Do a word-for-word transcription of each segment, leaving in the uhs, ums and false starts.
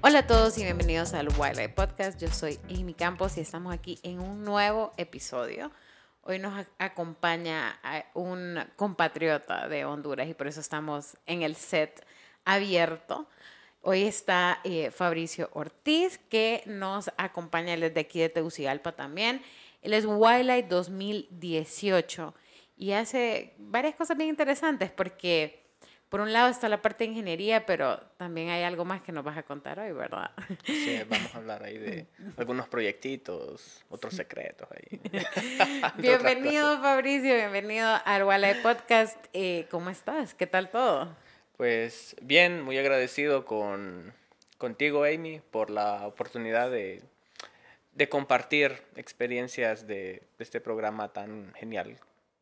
Hola a todos y bienvenidos al Wildlife Podcast. Yo soy Amy Campos y estamos aquí en un nuevo episodio. Hoy nos acompaña un compatriota de Honduras y por eso estamos en el set abierto. Hoy está eh, Fabricio Ortiz, que nos acompaña desde aquí de Tegucigalpa también. Él es Wildlife dos mil dieciocho y hace varias cosas bien interesantes porque por un lado está la parte de ingeniería, pero también hay algo más que nos vas a contar hoy, ¿verdad? Sí, vamos a hablar ahí de algunos proyectitos, otros secretos ahí. Bienvenido, Fabricio, bienvenido al Wildlife Podcast. Eh, ¿Cómo estás? ¿Qué tal todo? Pues bien, muy agradecido con, contigo, Amy, por la oportunidad de, de compartir experiencias de, de este programa tan genial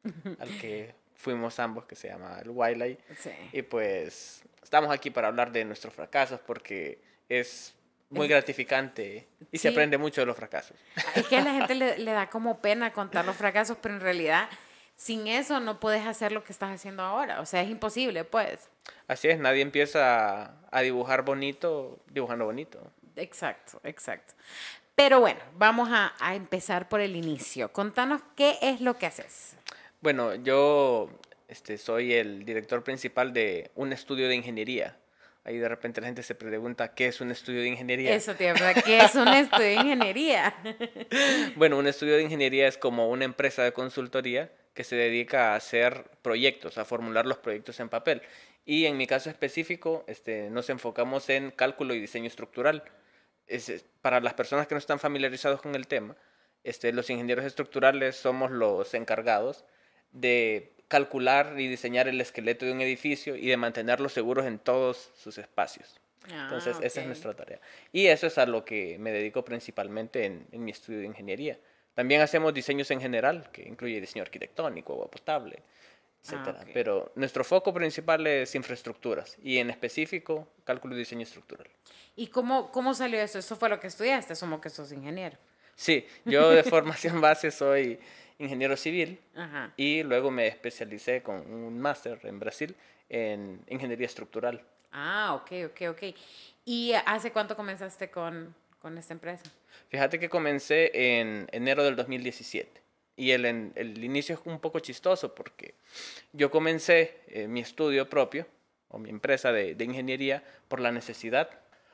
al que fuimos ambos, que se llama el Wildlife. Sí. Y pues estamos aquí para hablar de nuestros fracasos porque es muy Es- gratificante y se sí. aprende mucho de los fracasos. Es que a la gente le, le da como pena contar los fracasos, pero en realidad sin eso no puedes hacer lo que estás haciendo ahora. O sea, es imposible, pues. Así es, nadie empieza a dibujar bonito dibujando bonito. Exacto, exacto. Pero bueno, vamos a, a empezar por el inicio. Contanos qué es lo que haces. Bueno, yo este, soy el director principal de un estudio de ingeniería. Ahí de repente la gente se pregunta, ¿qué es un estudio de ingeniería? Eso, tía, ¿verdad? ¿Qué es un estudio de ingeniería? Bueno, un estudio de ingeniería es como una empresa de consultoría que se dedica a hacer proyectos, a formular los proyectos en papel. Y en mi caso específico, este, nos enfocamos en cálculo y diseño estructural. Es, es- para las personas que no están familiarizados con el tema, este, los ingenieros estructurales somos los encargados de calcular y diseñar el esqueleto de un edificio y de mantenerlos seguros en todos sus espacios. Entonces, Ah, esa es ok. nuestra tarea. Y eso es a lo que me dedico principalmente en, en mi estudio de ingeniería. También hacemos diseños en general, que incluye diseño arquitectónico, agua potable, Ah, etcétera. ok. Pero nuestro foco principal es infraestructuras y en específico cálculo y diseño estructural. ¿Y cómo, cómo salió eso? ¿Eso fue lo que estudiaste? Asumo que sos ingeniero. Sí, yo de formación base soy ingeniero civil Ajá. y luego me especialicé con un máster en Brasil en ingeniería estructural. Ah, ok, ok, ok. ¿Y hace cuánto comenzaste con, con esta empresa? Fíjate que comencé en enero del dos mil diecisiete y el, en- el inicio es un poco chistoso porque yo comencé eh, mi estudio propio o mi empresa de, de ingeniería por la necesidad.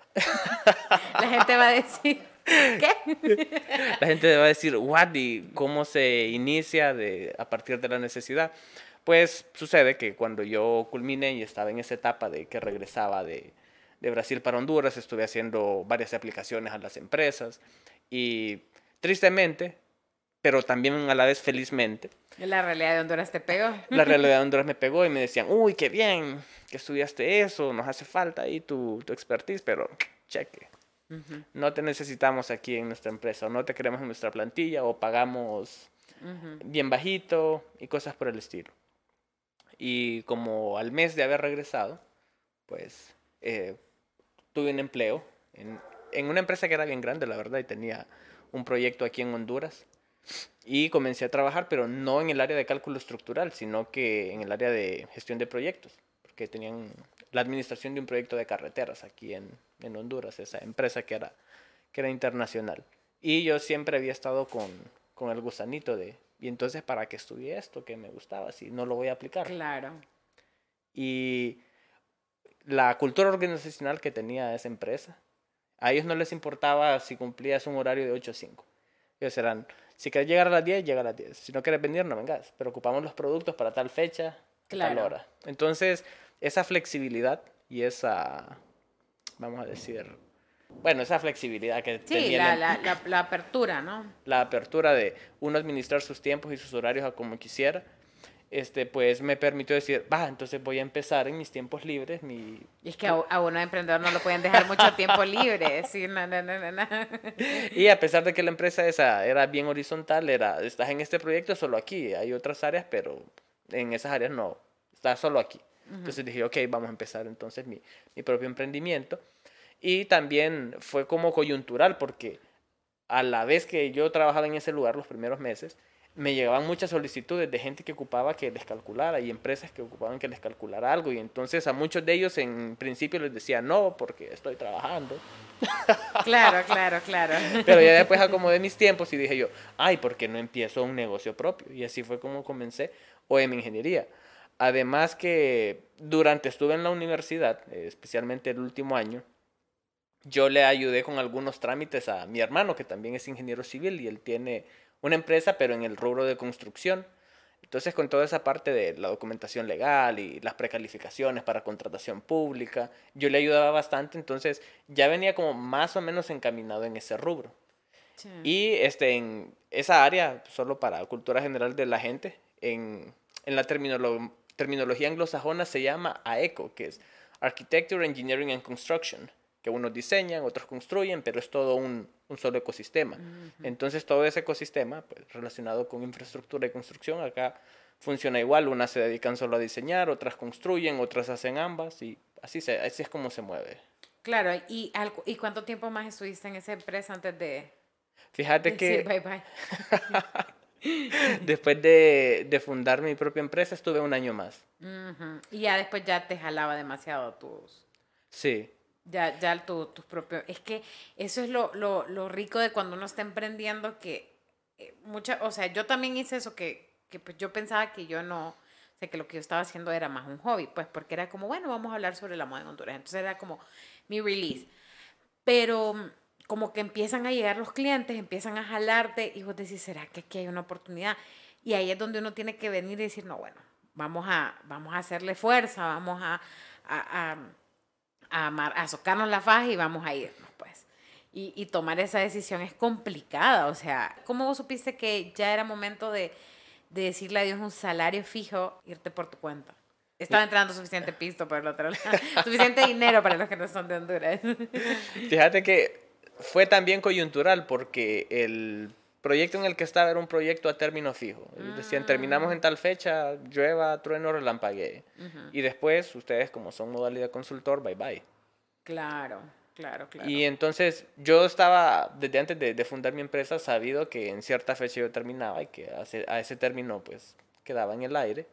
La gente va a decir, ¿qué? La gente va a decir, ¿what? ¿Y cómo se inicia de, a partir de la necesidad? Pues sucede que cuando yo culminé y estaba en esa etapa de que regresaba de, de Brasil para Honduras, estuve haciendo varias aplicaciones a las empresas y tristemente, pero también a la vez felizmente, La realidad de Honduras te pegó. la realidad de Honduras me pegó y me decían, uy, qué bien que estudiaste eso, nos hace falta ahí tu, tu expertise, pero cheque. Ujú, No te necesitamos aquí en nuestra empresa, o no te queremos en nuestra plantilla, o pagamos ujú. bien bajito y cosas por el estilo. Y como al mes de haber regresado, pues eh, tuve un empleo en, en una empresa que era bien grande, la verdad, y tenía un proyecto aquí en Honduras. Y comencé a trabajar, pero no en el área de cálculo estructural, sino que en el área de gestión de proyectos, porque tenían la administración de un proyecto de carreteras aquí en, en Honduras, esa empresa que era, que era internacional. Y yo siempre había estado con, con el gusanito de, y entonces, ¿para qué estudié esto que me gustaba si no lo voy a aplicar? Claro. Y la cultura organizacional que tenía esa empresa, a ellos no les importaba si cumplías un horario de ocho a cinco. Ellos eran, si quieres llegar a las diez, llega a las diez. Si no quieres venir, no vengas. Pero ocupamos los productos para tal fecha, a tal Claro. hora. Entonces, esa flexibilidad y esa, vamos a decir, bueno, esa flexibilidad que Sí, tenía la, la, em- la, la, la apertura, ¿no? la apertura de uno administrar sus tiempos y sus horarios a como quisiera, este, pues me permitió decir, va, entonces voy a empezar en mis tiempos libres, mi... Y es que a, a uno emprendedor no lo pueden dejar mucho tiempo libre. Sí, no, no, no, no, no. Y a pesar de que la empresa esa era bien horizontal, era, estás en este proyecto solo aquí, hay otras áreas, pero en esas áreas no, estás solo aquí. Entonces dije, ok, vamos a empezar entonces mi, mi propio emprendimiento. Y también fue como coyuntural, porque a la vez que yo trabajaba en ese lugar los primeros meses, me llegaban muchas solicitudes de gente que ocupaba que les calculara y empresas que ocupaban que les calculara algo. Y entonces a muchos de ellos en principio les decía no, porque estoy trabajando. Claro, claro, claro. Pero ya después acomodé mis tiempos y dije yo, ay, ¿por qué no empiezo un negocio propio? Y así fue como comencé O M Ingeniería. Además que durante estuve en la universidad, eh, especialmente el último año, yo le ayudé con algunos trámites a mi hermano, que también es ingeniero civil, y él tiene una empresa, pero en el rubro de construcción. Entonces, con toda esa parte de la documentación legal y las precalificaciones para contratación pública, yo le ayudaba bastante, entonces ya venía como más o menos encaminado en ese rubro. Sí. Y este, en esa área, solo para cultura general de la gente, en, en la terminolo terminología anglosajona se llama A E C O, que es Architecture, Engineering and Construction, que unos diseñan, otros construyen, pero es todo un, un solo ecosistema. Uh-huh. Entonces todo ese ecosistema, pues, relacionado con infraestructura y construcción, acá funciona igual. Unas se dedican solo a diseñar, otras construyen, otras hacen ambas, y así, se, así es como se mueve. Claro, ¿y, algo, ¿y cuánto tiempo más estuviste en esa empresa antes de, Fíjate de que decir bye bye? Después de, de fundar mi propia empresa, estuve un año más. Uh-huh. Y ya después ya te jalaba demasiado tus... Sí. Ya, ya tus tu propios... Es que eso es lo, lo, lo rico de cuando uno está emprendiendo, que eh, mucha, o sea, yo también hice eso, que, que pues yo pensaba que yo no... O sea, que lo que yo estaba haciendo era más un hobby, pues porque era como, bueno, vamos a hablar sobre la moda en Honduras. Entonces era como mi release. Pero como que empiezan a llegar los clientes, empiezan a jalarte y vos decís, ¿será que aquí hay una oportunidad? Y ahí es donde uno tiene que venir y decir, no, bueno, vamos a, vamos a hacerle fuerza, vamos a... a, a a, amar, a socarnos la faja y vamos a irnos, pues. Y, y tomar esa decisión es complicada, o sea, ¿cómo vos supiste que ya era momento de, de decirle a Dios un salario fijo, irte por tu cuenta? Estaba entrando suficiente pisto por el otro lado, suficiente dinero para los que no son de Honduras. Fíjate que fue también coyuntural porque el proyecto en el que estaba era un proyecto a término fijo. Mm. Decían, terminamos en tal fecha, llueva, trueno, relampaguee. Uh-huh. Y después, ustedes como son modalidad consultor, bye bye. Claro, claro, claro. Y entonces yo estaba, desde antes de, de fundar mi empresa, sabido que en cierta fecha yo terminaba y que a ese, a ese término pues quedaba en el aire.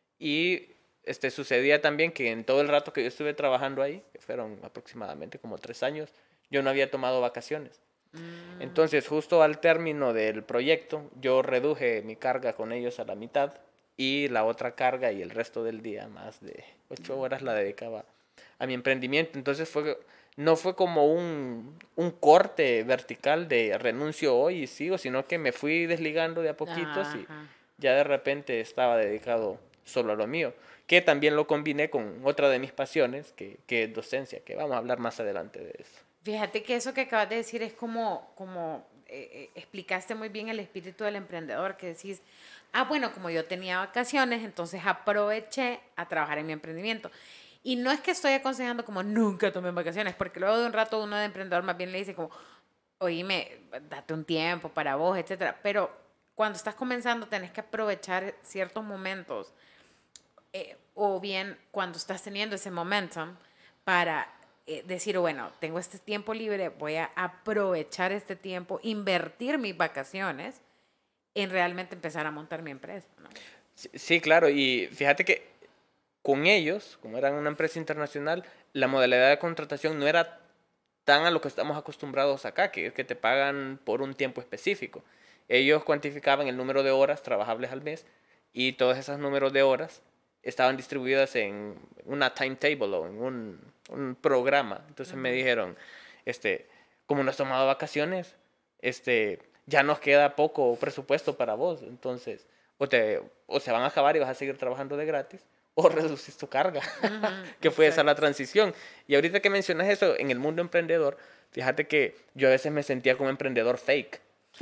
Y este, sucedía también que en todo el rato que yo estuve trabajando ahí, que fueron aproximadamente como tres años, yo no había tomado vacaciones. Entonces, justo al término del proyecto, yo reduje mi carga con ellos a la mitad y la otra carga y el resto del día, más de ocho horas, la dedicaba a mi emprendimiento. Entonces, fue, no fue como un, un corte vertical de renuncio hoy y sigo, sino que me fui desligando de a poquitos. Ajá. Y ya de repente estaba dedicado solo a lo mío, que también lo combiné con otra de mis pasiones, que, que es docencia, que vamos a hablar más adelante de eso. Fíjate que eso que acabas de decir es como, como eh, eh, explicaste muy bien el espíritu del emprendedor, que decís, ah, bueno, como yo tenía vacaciones, entonces aproveché a trabajar en mi emprendimiento. Y no es que estoy aconsejando como nunca tomen vacaciones, porque luego de un rato uno de emprendedor más bien le dice como, oíme, date un tiempo para vos, etcétera. Pero cuando estás comenzando tenés que aprovechar ciertos momentos, eh, o bien cuando estás teniendo ese momentum para... Eh, decir, bueno, tengo este tiempo libre, voy a aprovechar este tiempo, invertir mis vacaciones en realmente empezar a montar mi empresa, ¿no? Sí, sí, claro, y fíjate que con ellos, como eran una empresa internacional, la modalidad de contratación no era tan a lo que estamos acostumbrados acá, que es que te pagan por un tiempo específico. Ellos cuantificaban el número de horas trabajables al mes y todos esos números de horas estaban distribuidas en una timetable o en un, un programa. Entonces uh-huh. me dijeron, este, como no has tomado vacaciones, este, ya nos queda poco presupuesto para vos. Entonces, o, te, o se van a acabar y vas a seguir trabajando de gratis, o reducís tu carga, uh-huh. que fue esa la transición. Y ahorita que mencionas eso, en el mundo emprendedor, fíjate que yo a veces me sentía como emprendedor fake.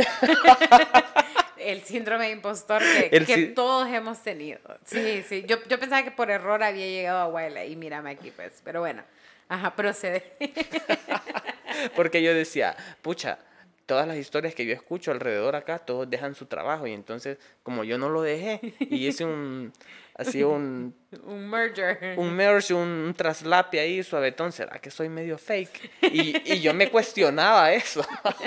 El síndrome de impostor que, el, que todos hemos tenido. Sí, sí. Yo, yo pensaba que por error había llegado a Guayla y mírame aquí, pues. Pero bueno, ajá, procede. Porque yo decía, pucha, todas las historias que yo escucho alrededor acá, todos dejan su trabajo. Y entonces, como yo no lo dejé, y hice un, así un... un merger. Un merge, un, un traslape ahí, suavetón. ¿Será que soy medio fake? Y, y yo me cuestionaba eso.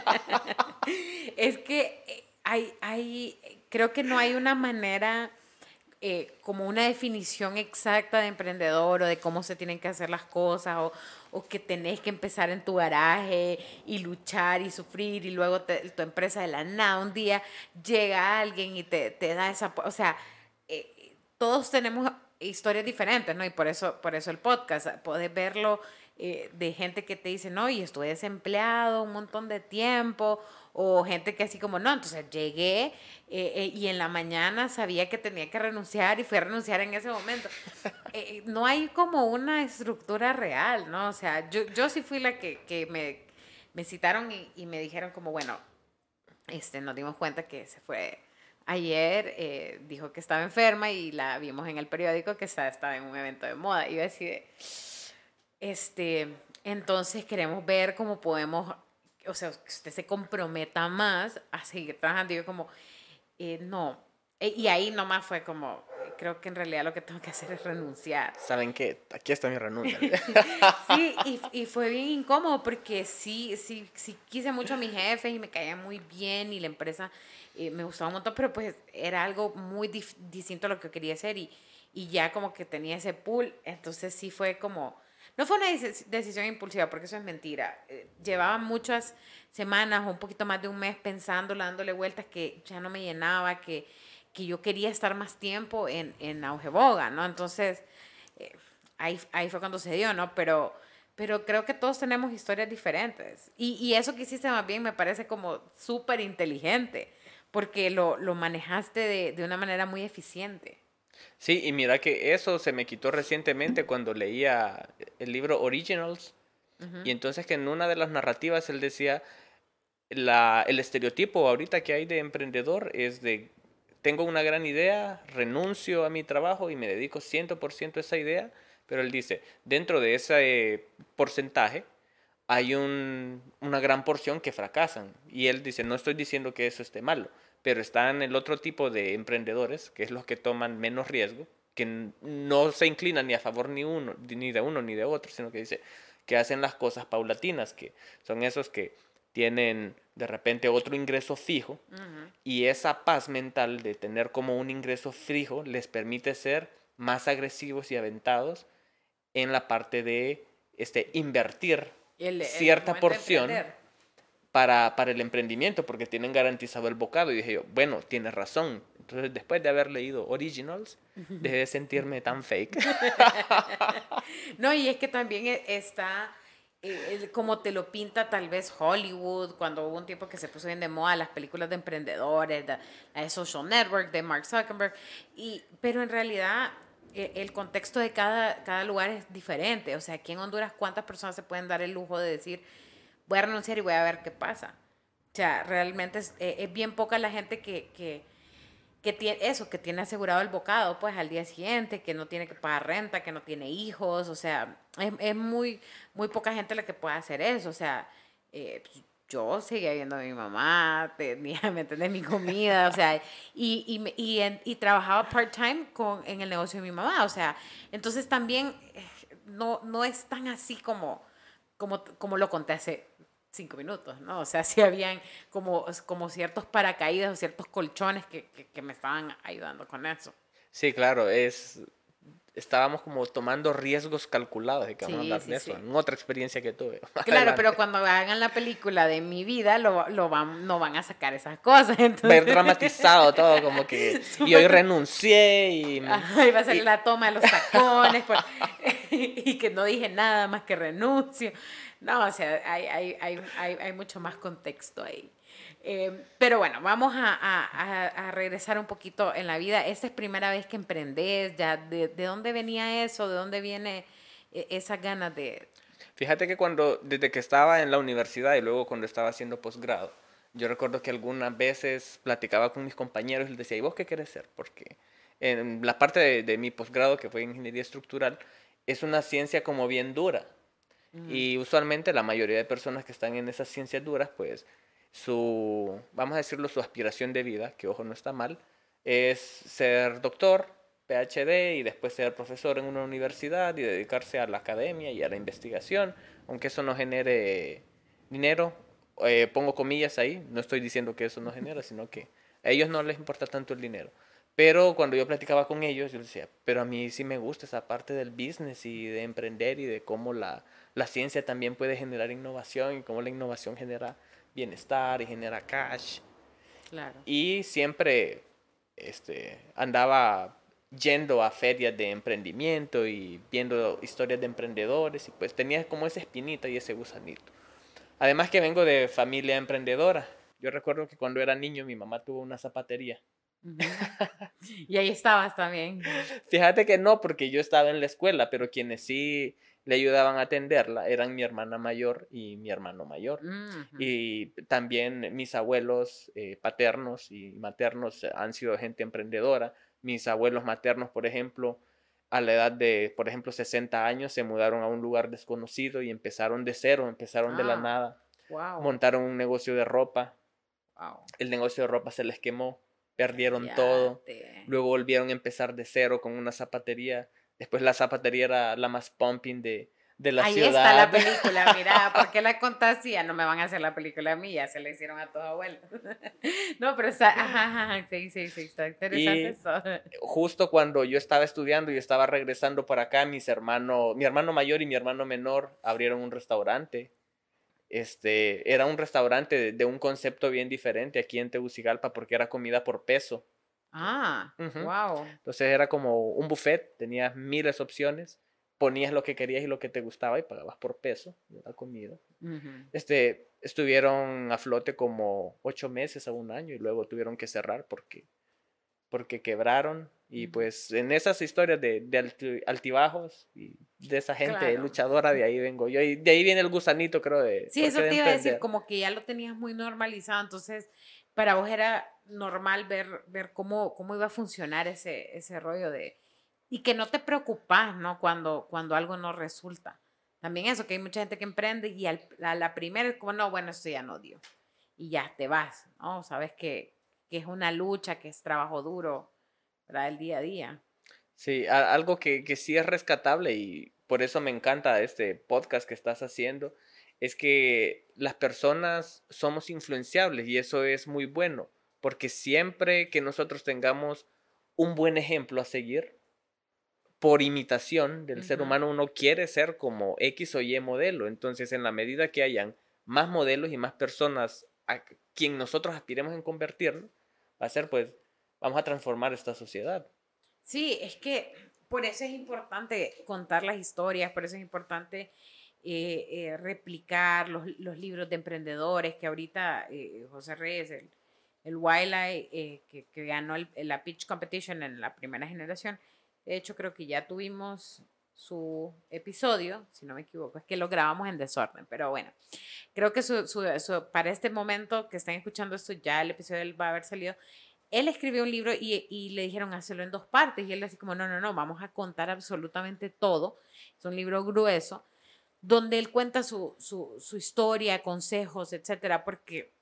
Es que... Hay, hay, creo que no hay una manera, eh, como una definición exacta de emprendedor o de cómo se tienen que hacer las cosas o, o que tenés que empezar en tu garaje y luchar y sufrir y luego te, tu empresa de la nada un día llega alguien y te, te da esa, o sea, eh, todos tenemos historias diferentes, ¿no? Y por eso, por eso el podcast, podés verlo eh, de gente que te dice, no, y estuve desempleado un montón de tiempo, o gente que así como, no, entonces llegué eh, eh, y en la mañana sabía que tenía que renunciar y fui a renunciar en ese momento. Eh, no hay como una estructura real, ¿no? O sea, yo, yo sí fui la que, que me, me citaron y, y me dijeron como, bueno, este, nos dimos cuenta que se fue ayer, eh, dijo que estaba enferma y la vimos en el periódico que estaba, estaba en un evento de moda. Y yo decía, este, entonces queremos ver cómo podemos, o sea, que usted se comprometa más a seguir trabajando. Y yo como, eh, no. E, y ahí nomás fue como, creo que en realidad lo que tengo que hacer es renunciar. ¿Saben qué? Aquí está mi renuncia. Sí, y, y fue bien incómodo porque sí, sí, sí quise mucho a mi jefe y me caía muy bien y la empresa eh, me gustaba un montón, pero pues era algo muy dif- distinto a lo que quería hacer y, y ya como que tenía ese pool, entonces sí fue como, no fue una dec- decisión impulsiva porque eso es mentira, eh, llevaba muchas semanas o un poquito más de un mes pensando, dándole vueltas que ya no me llenaba, que, que yo quería estar más tiempo en, en Auge Boga, ¿no? Entonces... Eh, Ahí, ahí fue cuando se dio, ¿no? Pero, pero creo que todos tenemos historias diferentes. Y, y eso que hiciste más bien me parece como súper inteligente, porque lo, lo manejaste de, de una manera muy eficiente. Sí, y mira que eso se me quitó recientemente cuando leía el libro Originals. Uh-huh. Y entonces que en una de las narrativas él decía, la, el estereotipo ahorita que hay de emprendedor es de, tengo una gran idea, renuncio a mi trabajo y me dedico cien por ciento a esa idea, pero él dice, dentro de ese porcentaje hay un, una gran porción que fracasan. Y él dice, no estoy diciendo que eso esté malo, pero están el otro tipo de emprendedores, que es los que toman menos riesgo, que no se inclinan ni a favor ni, uno, ni de uno ni de otro, sino que dice que hacen las cosas paulatinas, que son esos que tienen de repente otro ingreso fijo uh-huh. y esa paz mental de tener como un ingreso fijo les permite ser más agresivos y aventados en la parte de este, invertir el, cierta el porción para, para el emprendimiento porque tienen garantizado el bocado. Y dije yo, bueno, tienes razón. Entonces, después de haber leído Originals, dejé de sentirme tan fake. No, y es que también está... Eh, como te lo pinta tal vez Hollywood, cuando hubo un tiempo que se puso bien de moda las películas de emprendedores, de, de Social Network, de Mark Zuckerberg, y, pero en realidad eh, el contexto de cada, cada lugar es diferente. O sea, aquí en Honduras, ¿cuántas personas se pueden dar el lujo de decir, voy a renunciar y voy a ver qué pasa? O sea, realmente es, eh, es bien poca la gente que... que que tiene eso, que tiene asegurado el bocado pues al día siguiente, que no tiene que pagar renta, que no tiene hijos, o sea, es, es muy, muy poca gente la que puede hacer eso, o sea, eh, yo seguía viendo a mi mamá, tenía, ¿me entiendes? Mi comida, o sea, y, y, y, en, y trabajaba part-time con, en el negocio de mi mamá, o sea, entonces también eh, no, no es tan así como, como, como lo conté hace cinco minutos, ¿no? O sea, sí habían como, como ciertos paracaídas o ciertos colchones que, que, que me estaban ayudando con eso. Sí, claro, es... Estábamos como tomando riesgos calculados, de que vamos sí, a hablar sí, de eso, sí. en otra experiencia que tuve. Claro, Adelante. pero cuando hagan la película de mi vida, lo, lo van, no van a sacar esas cosas. Entonces... Ver dramatizado todo, como que y hoy renuncié y... Ay, va a salir y... la toma de los tacones por, y que no dije nada más que renuncio. No, o sea, hay, hay, hay, hay, hay mucho más contexto ahí. Eh, pero bueno, vamos a, a, a regresar un poquito en la vida. Esta es primera vez que emprendés, ya de, ¿de dónde venía eso? ¿De dónde viene esas ganas de...? Fíjate que cuando, desde que estaba en la universidad y luego cuando estaba haciendo posgrado, yo recuerdo que algunas veces platicaba con mis compañeros y les decía, ¿y vos qué querés ser? Porque en la parte de, de mi posgrado, que fue ingeniería estructural, es una ciencia como bien dura. Mm. Y usualmente la mayoría de personas que están en esas ciencias duras, pues su, vamos a decirlo, su aspiración de vida, que ojo no está mal, es ser doctor, P H D y después ser profesor en una universidad y dedicarse a la academia y a la investigación, aunque eso no genere dinero, eh, pongo comillas ahí, no estoy diciendo que eso no genera, sino que a ellos no les importa tanto el dinero. Pero cuando yo platicaba con ellos, yo les decía, pero a mí sí me gusta esa parte del business y de emprender y de cómo la, la ciencia también puede generar innovación y cómo la innovación genera bienestar y genera cash. Claro. Y siempre este, andaba yendo a ferias de emprendimiento y viendo historias de emprendedores y pues tenía como esa espinita y ese gusanito. Además que vengo de familia emprendedora. Yo recuerdo que cuando era niño mi mamá tuvo una zapatería. Uh-huh. Y ahí estabas también. Fíjate que no, porque yo estaba en la escuela, pero quienes sí le ayudaban a atenderla eran mi hermana mayor y mi hermano mayor. Uh-huh. Y también mis abuelos eh, paternos y maternos han sido gente emprendedora. Mis abuelos maternos, por ejemplo, a la edad de, por ejemplo, sesenta años, se mudaron a un lugar desconocido y empezaron de cero, empezaron de la Ah, nada. wow. Montaron un negocio de ropa. Wow. El negocio de ropa se les quemó, perdieron Ya todo. te... Luego volvieron a empezar de cero con una zapatería. Después la zapatería era la más pumping de, de la Ahí ciudad. está la película, mira, ¿por qué la contaste? Ya no me van a hacer la película mía, se la hicieron a tus abuelos. No, pero está, ajá, ajá, sí, sí, sí, está interesante Y eso. justo cuando yo estaba estudiando y estaba regresando para acá, mis hermanos, mi hermano mayor y mi hermano menor abrieron un restaurante. Este, era un restaurante de, de un concepto bien diferente aquí en Tegucigalpa porque era comida por peso. Ah, Ujú. wow. Entonces era como un buffet, tenías miles de opciones, ponías lo que querías y lo que te gustaba y pagabas por peso de la comida. Uh-huh. Este, estuvieron a flote como ocho meses a un año y luego tuvieron que cerrar porque, porque quebraron. Y Uh-huh. pues en esas historias de, de alti- altibajos y de esa gente Claro. luchadora, de ahí vengo yo. Y de ahí viene el gusanito, creo, de Sí, por qué eso de te iba a decir, emprender. como que ya lo tenías muy normalizado, entonces para vos era normal ver, ver cómo, cómo iba a funcionar ese, ese rollo de... Y que no te preocupas, ¿no? Cuando, cuando algo no resulta. También eso, que hay mucha gente que emprende y al, a la primera es como, no, bueno, esto ya no dio. Y ya te vas, ¿no? Sabes que, que es una lucha, que es trabajo duro, ¿verdad? El día a día. Sí, a- algo que, que sí es rescatable y por eso me encanta este podcast que estás haciendo, es que las personas somos influenciables y eso es muy bueno, porque siempre que nosotros tengamos un buen ejemplo a seguir, por imitación del ser Ujú. humano, uno quiere ser como X o Y modelo. Entonces, en la medida que hayan más modelos y más personas a quien nosotros aspiremos en convertirnos, va a ser pues, vamos a transformar esta sociedad. Sí, es que por eso es importante contar las historias, por eso es importante eh, eh, replicar los, los libros de emprendedores que ahorita eh, José Reyes, el, el Wildlife, eh, que, que ganó el- la Pitch Competition en la primera generación. De hecho, creo que ya tuvimos su episodio, si no me equivoco, es que lo grabamos en desorden, pero bueno, creo que su, su- su- para este momento que están escuchando esto, ya el episodio va a haber salido. Él escribió un libro y, y le dijeron hacerlo en dos partes y él así como, no, no, no, vamos a contar absolutamente todo. Es un libro grueso donde él cuenta su, su, su historia, consejos, etcétera, porque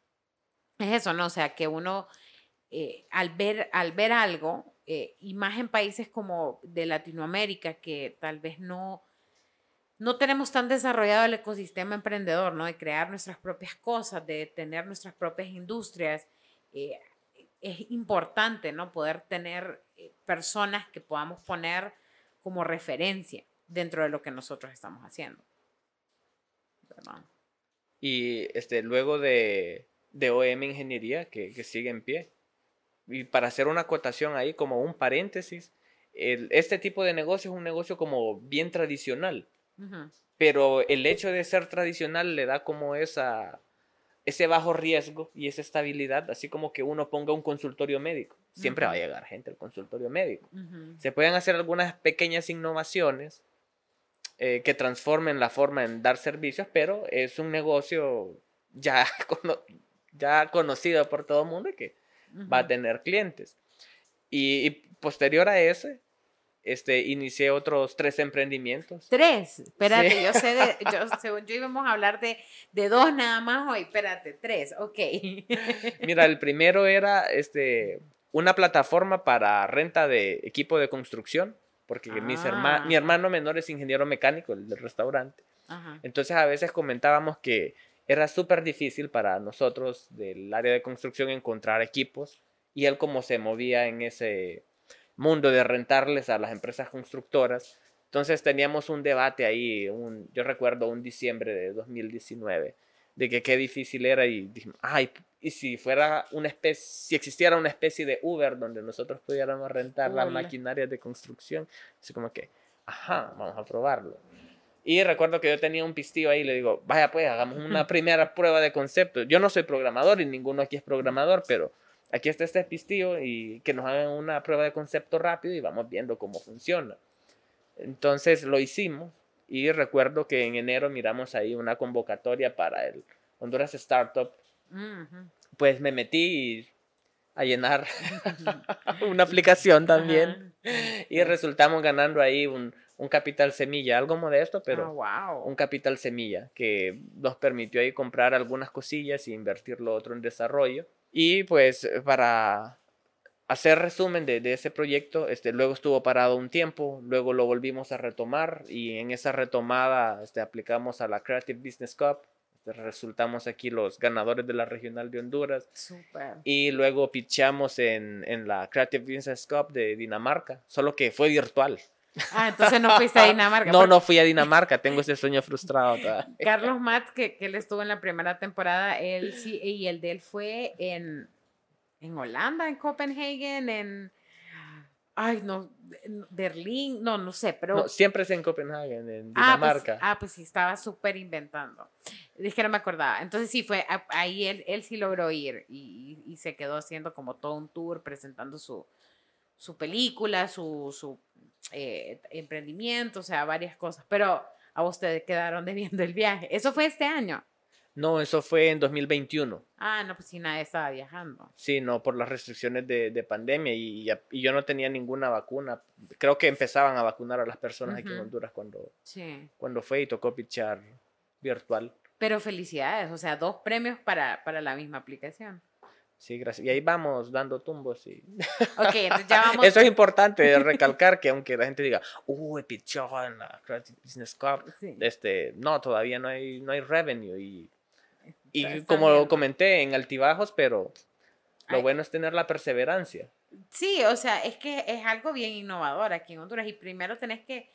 es eso, ¿no? O sea, que uno eh, al, ver, al ver algo, eh, y más en países como de Latinoamérica, que tal vez no, no tenemos tan desarrollado el ecosistema emprendedor, ¿no? De crear nuestras propias cosas, de tener nuestras propias industrias. Eh, es importante, ¿no? Poder tener eh, personas que podamos poner como referencia dentro de lo que nosotros estamos haciendo, ¿verdad? Y este, luego de, de O M Ingeniería, que, que sigue en pie, y para hacer una acotación ahí, como un paréntesis, el- este tipo de negocio es un negocio como bien tradicional, Ujú, pero el hecho de ser tradicional le da como esa, ese bajo riesgo y esa estabilidad, así como que uno ponga un consultorio médico. Siempre va a ujú, llegar gente al consultorio médico. ujú. Se pueden hacer algunas pequeñas innovaciones eh, que transformen la forma en dar servicios, pero es un negocio ya, cono- ya conocido por todo el mundo y que va a Ujú. tener clientes. Y, y posterior a ese, este, inicié otros tres emprendimientos. Tres, Sí. espérate, yo sé de, yo, según yo íbamos a hablar de, de dos nada más hoy, espérate, tres, ok. Mira, el primero era este, una plataforma para renta de equipo de construcción, porque mis herma- mi Ah, hermano menor es ingeniero mecánico, el del restaurante. ajá. Entonces a veces comentábamos que era súper difícil para nosotros del área de construcción encontrar equipos y él como se movía en ese mundo de rentarles a las empresas constructoras, entonces teníamos un debate ahí, un, yo recuerdo un diciembre de dos mil diecinueve, de que qué difícil era y dijimos, ay, y si fuera una especie, si existiera una especie de Uber donde nosotros pudiéramos rentar las Cool. maquinarias de construcción, así como que, ajá, vamos a probarlo. Y recuerdo que yo tenía un pistillo ahí y le digo, vaya pues, hagamos una primera prueba de concepto. Yo no soy programador y ninguno aquí es programador, pero aquí está este pistillo y que nos hagan una prueba de concepto rápido y vamos viendo cómo funciona. Entonces lo hicimos y recuerdo que en enero miramos ahí una convocatoria para el Honduras Startup. Uh-huh. Pues me metí a llenar una aplicación también uh-huh. y resultamos ganando ahí un, un capital semilla, algo modesto, pero oh, wow. un capital semilla que nos permitió ahí comprar algunas cosillas e invertir lo otro en desarrollo. Y pues para hacer resumen de, de ese proyecto, este, luego estuvo parado un tiempo, luego lo volvimos a retomar y en esa retomada este, aplicamos a la Creative Business Cup. Resultamos aquí los ganadores de la regional de Honduras. Super. Y luego pitchamos en, en la Creative Business Cup de Dinamarca, solo que fue virtual. Ah, entonces no fuiste a Dinamarca. No, porque... no fui a Dinamarca, tengo ese sueño frustrado todavía. Carlos Matz, que, que él estuvo en la primera temporada, él sí, y el de él fue en, en Holanda, en Copenhagen, en... Ay, no, Berlín, no, no sé, pero... No, siempre es en Copenhague, en Dinamarca. Ah, pues, ah, pues sí, estaba súper inventando. Es que no me acordaba. Entonces sí, fue, ahí él, él sí logró ir y, y, y se quedó haciendo como todo un tour, presentando su, su película, su, su eh, emprendimiento, o sea, varias cosas. Pero a ustedes quedaron debiendo el viaje. ¿Eso fue este año? No, eso fue en dos mil veintiuno. Ah, no, pues sí, nadie estaba viajando. Sí, no, por las restricciones de, de pandemia y, y yo no tenía ninguna vacuna. Creo que empezaban a vacunar a las personas uh-huh. aquí en Honduras cuando, sí. cuando fue y tocó pitchar virtual. Pero felicidades, o sea, dos premios para, para la misma aplicación. Sí, gracias. Y ahí vamos dando tumbos. Y... Ok, entonces ya vamos. Eso es importante recalcar que aunque la gente diga, uy, pitchó en la Creative Business Cup, sí. este, no, todavía no hay, no hay revenue. Y, y como bien. Lo comenté, en altibajos, pero lo Ay. Bueno es tener la perseverancia. Sí, o sea, es que es algo bien innovador aquí en Honduras y primero tenés que,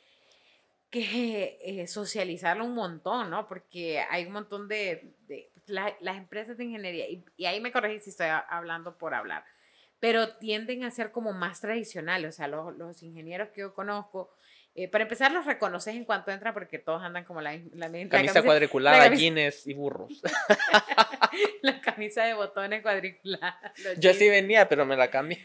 que eh, socializarlo un montón, ¿no? Porque hay un montón de... de la, las empresas de ingeniería, y, y ahí me corregí si estoy hablando por hablar, pero tienden a ser como más tradicionales, o sea, los, los ingenieros que yo conozco, eh, para empezar los reconoces en cuanto entran porque todos andan como la, la, la camisa, camisa cuadriculada, camisa, jeans y burros. La camisa de botones cuadriculada. Yo sí venía, pero me la cambié.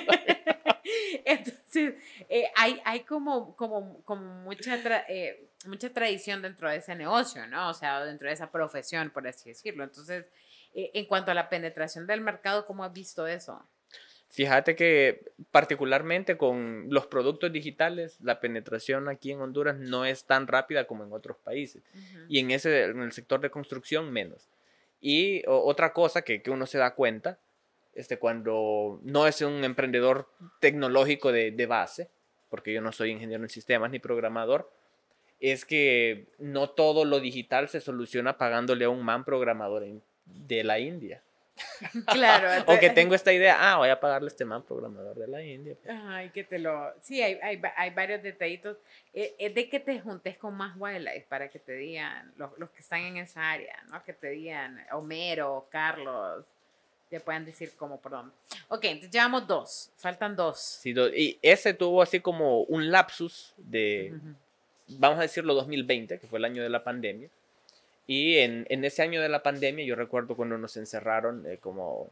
Entonces, eh, hay, hay como, como, como mucha, tra eh, mucha tradición dentro de ese negocio, ¿no? O sea, dentro de esa profesión, por así decirlo. Entonces, eh, en cuanto a la penetración del mercado, ¿cómo has visto eso? Fíjate que particularmente con los productos digitales, la penetración aquí en Honduras no es tan rápida como en otros países. Uh-huh. Y en, ese, en el sector de construcción menos. Y o, otra cosa que, que uno se da cuenta, este, cuando no es un emprendedor tecnológico de, de base, porque yo no soy ingeniero en sistemas ni programador, es que no todo lo digital se soluciona pagándole a un man programador en, de la India. Claro. O que tengo esta idea, ah, voy a pagarle a este man programador de la India. Ay, que te lo... Sí, hay, hay, hay varios detallitos. Es eh, de que te juntes con más wildlife para que te digan, los, los que están en esa área, ¿no? Que te digan Homero, Carlos, te puedan decir cómo, perdón. Ok, entonces llevamos dos, faltan dos. Sí, do y ese tuvo así como un lapsus de, uh-huh. vamos a decirlo, dos mil veinte, que fue el año de la pandemia. Y en, en ese año de la pandemia, yo recuerdo cuando nos encerraron eh, como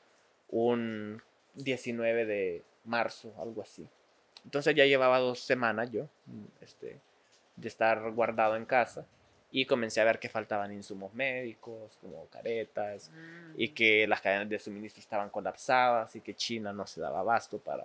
un diecinueve de marzo, algo así. Entonces ya llevaba dos semanas yo este, de estar guardado en casa y comencé a ver que faltaban insumos médicos, como caretas, mm. y que las cadenas de suministro estaban colapsadas y que China no se daba abasto para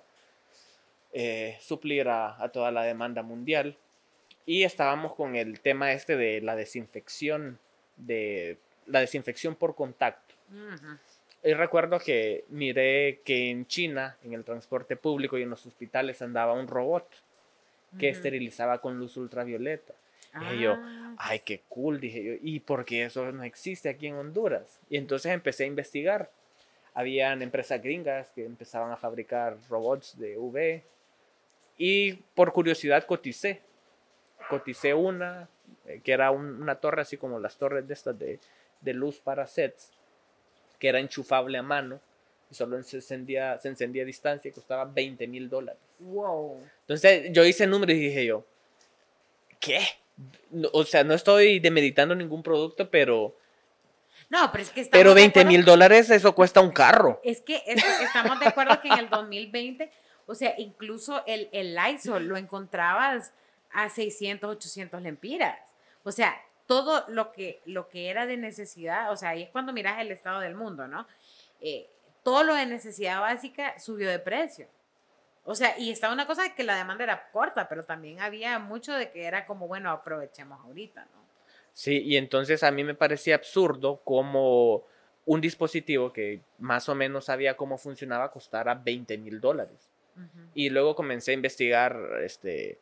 eh, suplir a, a toda la demanda mundial. Y estábamos con el tema este de la desinfección, de la desinfección por contacto. Uh-huh. Y recuerdo que miré que en China, en el transporte público y en los hospitales andaba un robot que uh-huh. esterilizaba con luz ultravioleta. Ah. Dije yo, ay, qué cool, dije yo, ¿y por qué eso no existe aquí en Honduras? Y entonces empecé a investigar. habían empresas gringas que empezaban a fabricar robots de U V. Y por curiosidad coticé. Coticé una, eh, que era un, una torre así como las torres de estas de, de luz para sets, que era enchufable a mano y solo se encendía, se encendía a distancia y costaba veinte mil dólares. Wow. Entonces yo hice números y dije yo, ¿qué? No, o sea, no estoy demeditando ningún producto, pero... No, pero es que Pero estamos de veinte mil acuerdo. dólares, eso cuesta un carro. Es que es- estamos de acuerdo que en el dos mil veinte, o sea, incluso el, el Lysol lo encontrabas a seiscientos, ochocientos lempiras. O sea, todo lo que, lo que era de necesidad, o sea, ahí es cuando miras el estado del mundo, ¿no? Eh, todo lo de necesidad básica subió de precio. O sea, y estaba una cosa que la demanda era corta, pero también había mucho de que era como, bueno, aprovechemos ahorita, ¿no? Sí, y entonces a mí me parecía absurdo como un dispositivo que más o menos sabía cómo funcionaba costara veinte mil dólares. Ujú. Y luego comencé a investigar, este,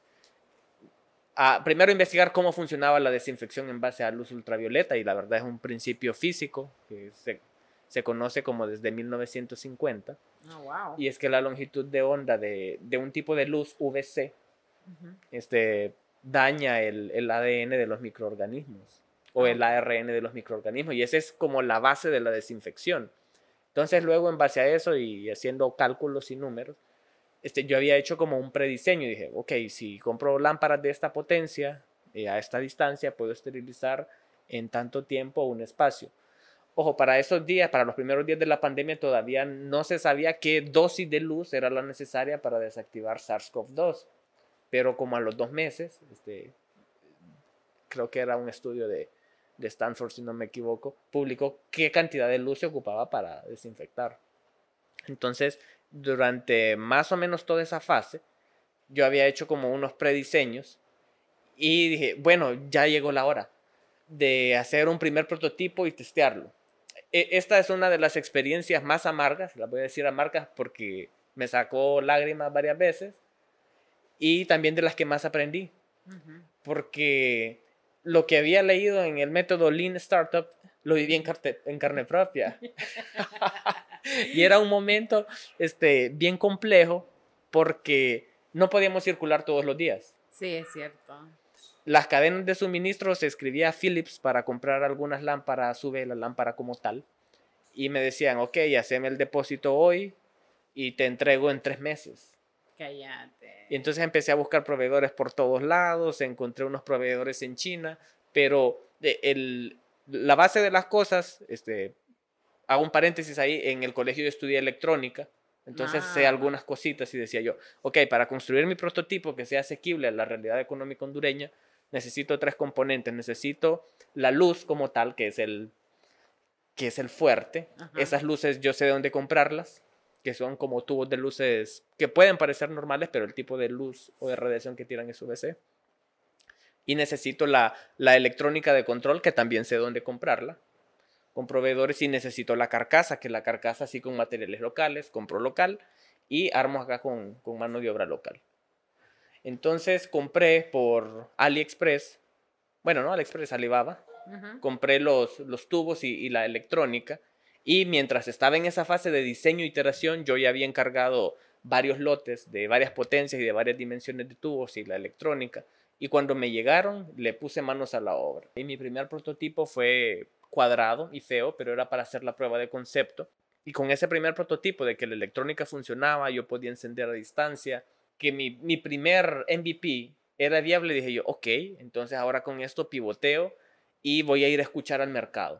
a, primero investigar cómo funcionaba la desinfección en base a luz ultravioleta, y la verdad es un principio físico que se, se conoce como desde mil novecientos cincuenta, Oh, wow. y es que la longitud de onda de, de un tipo de luz U V C Ujú. este, daña el, el A D N de los microorganismos o el Ok. A R N de los microorganismos, y esa es como la base de la desinfección. Entonces luego en base a eso y haciendo cálculos y números, este, yo había hecho como un prediseño y dije, ok, si compro lámparas de esta potencia, eh, a esta distancia, puedo esterilizar en tanto tiempo un espacio. Ojo, para esos días, para los primeros días de la pandemia, todavía no se sabía qué dosis de luz era la necesaria para desactivar SARS-CoV dos. Pero como a los dos meses, este, creo que era un estudio de, de Stanford, si no me equivoco, publicó qué cantidad de luz se ocupaba para desinfectar. Entonces, durante más o menos toda esa fase, yo había hecho como unos prediseños y dije, bueno, ya llegó la hora de hacer un primer prototipo y testearlo. Esta es una de las experiencias más amargas, las voy a decir amargas porque me sacó lágrimas varias veces, y también de las que más aprendí, Ujú. porque lo que había leído en el método Lean Startup lo viví en, carte, en carne propia. Y era un momento este, bien complejo porque no podíamos circular todos los días. Sí, es cierto. Las cadenas de suministro se escribía a Philips para comprar algunas lámparas, sube la lámpara como tal, y me decían, ok, haceme el depósito hoy y te entrego en tres meses. Cállate. Y entonces empecé a buscar proveedores por todos lados, encontré unos proveedores en China, pero de, el, la base de las cosas, este, hago un paréntesis ahí, en el colegio yo estudié electrónica, entonces sé Ah, algunas cositas y decía yo, ok, para construir mi prototipo que sea asequible a la realidad económica hondureña, necesito tres componentes, necesito la luz como tal, que es el, que es el fuerte, ajá. esas luces yo sé de dónde comprarlas, que son como tubos de luces que pueden parecer normales, pero el tipo de luz o de radiación que tiran es U V C. Y necesito la, la electrónica de control, que también sé dónde comprarla, con proveedores, y necesito la carcasa, que la carcasa así con materiales locales, compro local y armo acá con, con mano de obra local. Entonces compré por AliExpress, bueno, no AliExpress, Alibaba, Ujú. compré los, los tubos y, y la electrónica, y mientras estaba en esa fase de diseño e iteración, yo ya había encargado varios lotes de varias potencias y de varias dimensiones de tubos y la electrónica, y cuando me llegaron le puse manos a la obra. Y mi primer prototipo fue cuadrado y feo, pero era para hacer la prueba de concepto, y con ese primer prototipo de que la electrónica funcionaba, yo podía encender a distancia, que mi, mi primer M V P era viable, dije yo, ok, entonces ahora con esto pivoteo y voy a ir a escuchar al mercado.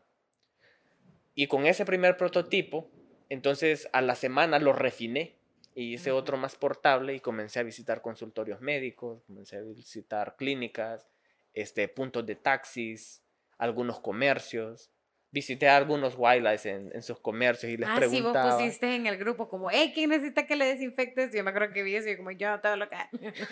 Y con ese primer prototipo, entonces a la semana lo refiné y hice Ujú. otro más portable y comencé a visitar consultorios médicos, comencé a visitar clínicas, este, puntos de taxis, algunos comercios. Visité a algunos wildlife en, en sus comercios y les Ah, sí, vos preguntaba. pusiste en el grupo como, hey, ¿quién necesita que le desinfectes? Yo me acuerdo que vi eso y como, yo no tengo local.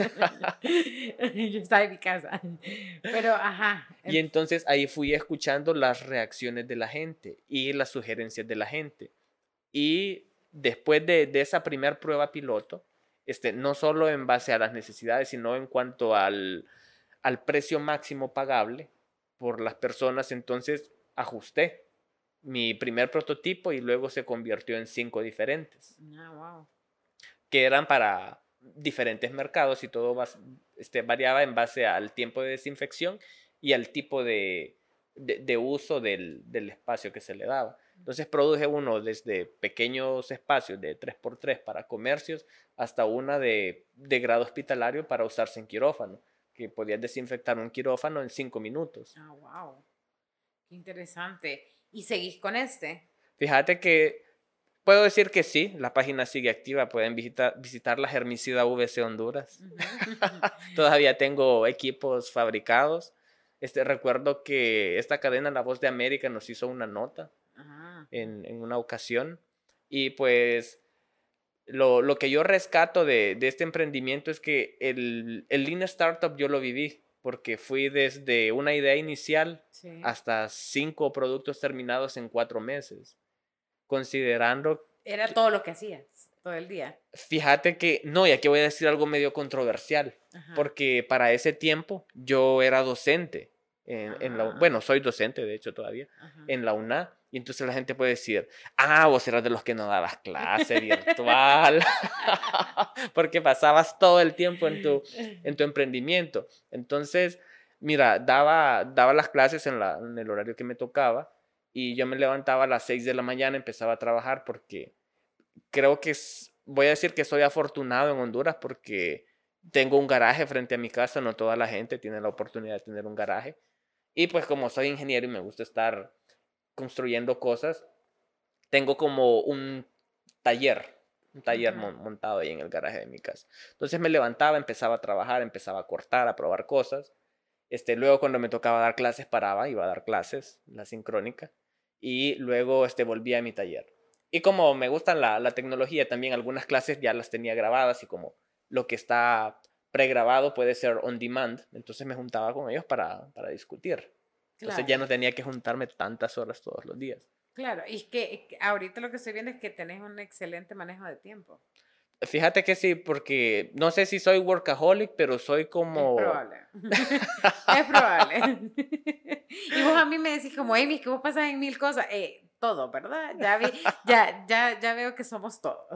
Yo estaba en mi casa. Pero, ajá. Y en- entonces ahí fui escuchando las reacciones de la gente y las sugerencias de la gente. Y después de, de esa primera prueba piloto, este, no solo en base a las necesidades, sino en cuanto al, al precio máximo pagable por las personas, entonces ajusté. mi primer prototipo y luego se convirtió en cinco diferentes. Ah, wow. Que eran para diferentes mercados y todo vas, este, variaba en base al tiempo de desinfección y al tipo de, de, de uso del, del espacio que se le daba. Entonces produje uno desde pequeños espacios de tres por tres para comercios hasta una de, de grado hospitalario para usarse en quirófano, que podías desinfectar un quirófano en cinco minutos. Ah, wow. Qué interesante. ¿Y seguís con este? Fíjate que puedo decir que sí, la página sigue activa, pueden visitar, visitar la Germicida V C Honduras. Uh-huh. Todavía tengo equipos fabricados. Este, recuerdo que esta cadena La Voz de América nos hizo una nota uh-huh. en, en una ocasión y pues lo, lo que yo rescato de, de este emprendimiento es que el, el Lean Startup yo lo viví porque fui desde una idea inicial sí. hasta cinco productos terminados en cuatro meses. Considerando... Era todo lo que hacías, todo el día. Fíjate que, no, y aquí voy a decir algo medio controversial, Ajá. porque para ese tiempo yo era docente, en, en la, bueno, soy docente de hecho todavía, Ajá. en la U N A, y entonces la gente puede decir, ah, vos eras de los que no dabas clase virtual, porque pasabas todo el tiempo en tu, en tu emprendimiento. Entonces, mira, daba, daba las clases en, la, en el horario que me tocaba, y yo me levantaba a las seis de la mañana, empezaba a trabajar porque creo que es, voy a decir que soy afortunado en Honduras porque tengo un garaje frente a mi casa, no toda la gente tiene la oportunidad de tener un garaje. Y pues como soy ingeniero y me gusta estar construyendo cosas, tengo como un taller, un taller uh-huh. montado ahí en el garaje de mi casa. Entonces me levantaba, empezaba a trabajar, empezaba a cortar, a probar cosas. Este, luego cuando me tocaba dar clases paraba, iba a dar clases, la sincrónica. Y luego este, volví a mi taller. Y como me gusta la, la tecnología, también algunas clases ya las tenía grabadas y como lo que está pregrabado puede ser on demand, entonces me juntaba con ellos para, para discutir. Entonces claro. ya no tenía que juntarme tantas horas todos los días. Claro, y es que ahorita lo que estoy viendo es que tenés un excelente manejo de tiempo. Fíjate que sí, porque no sé si soy workaholic, pero soy como... Es probable. Es probable. Y vos a mí me decís como, Amy, que vos pasas en mil cosas. Eh, todo, ¿verdad? Ya, vi, ya, ya, ya veo que somos todos.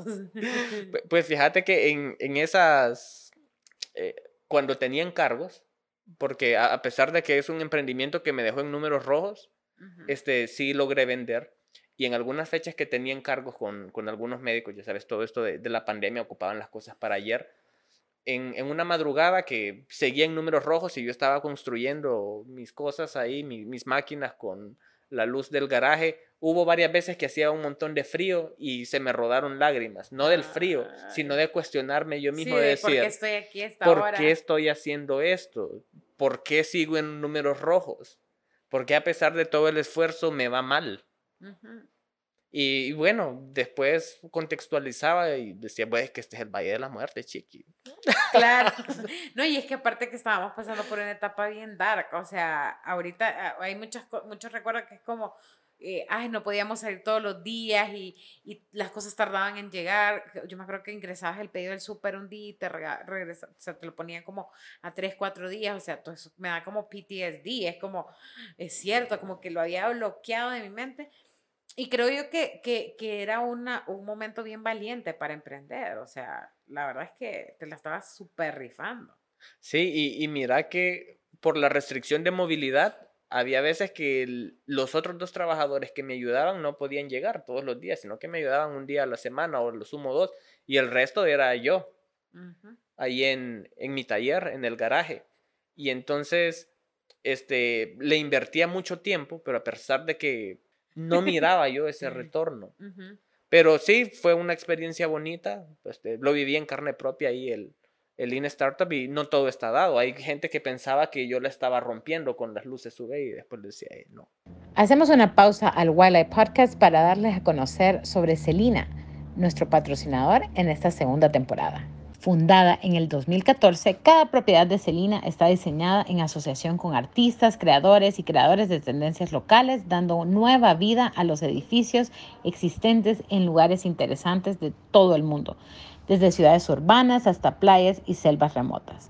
Pues fíjate que en, en esas... Eh, cuando tenía encargos, porque a, a pesar de que es un emprendimiento que me dejó en números rojos, uh-huh. este, sí logré vender. Y en algunas fechas que tenía encargos con, con algunos médicos, ya sabes, todo esto de, de la pandemia, ocupaban las cosas para ayer. En, en una madrugada que seguía en números rojos y yo estaba construyendo mis cosas ahí, mi, mis máquinas con la luz del garaje, hubo varias veces que hacía un montón de frío y se me rodaron lágrimas. No del frío, Ay. sino de cuestionarme yo mismo, sí, de decir, ¿por qué estoy aquí esta ¿por hora? qué estoy haciendo esto? ¿Por qué sigo en números rojos? ¿Por qué a pesar de todo el esfuerzo me va mal? Uh-huh. Y, y bueno, después contextualizaba y decía, pues es que este es el Valle de la Muerte, chiqui. Claro. No, y es que aparte que estábamos pasando por una etapa bien dark, o sea, ahorita hay muchas, muchos recuerdos que es como, eh, ay, no podíamos salir todos los días y, y las cosas tardaban en llegar. Yo me acuerdo que ingresabas el pedido del súper un día y te regresaba, o sea, te lo ponían como a tres, cuatro días, o sea, todo eso me da como P T S D, es como, es cierto, como que lo había bloqueado de mi mente. Y creo yo que, que, que era una, un momento bien valiente para emprender. O sea, la verdad es que te la estabas súper rifando. Sí, y, y mira que por la restricción de movilidad, había veces que el, los otros dos trabajadores que me ayudaban no podían llegar todos los días, sino que me ayudaban un día a la semana o lo sumo dos, y el resto era yo, uh-huh. ahí en, en mi taller, en el garaje. Y entonces este, le invertía mucho tiempo, pero a pesar de que no miraba yo ese retorno. Uh-huh. Pero sí, fue una experiencia bonita. Este, lo viví en carne propia ahí, el, el Lean Startup, y no todo está dado. Hay gente que pensaba que yo la estaba rompiendo con las luces U V y después decía, eh, no. Hacemos una pausa al Wildlife Podcast para darles a conocer sobre Celina, nuestro patrocinador en esta segunda temporada. Fundada en el dos mil catorce, cada propiedad de Celina está diseñada en asociación con artistas, creadores y creadores de tendencias locales, dando nueva vida a los edificios existentes en lugares interesantes de todo el mundo, desde ciudades urbanas hasta playas y selvas remotas.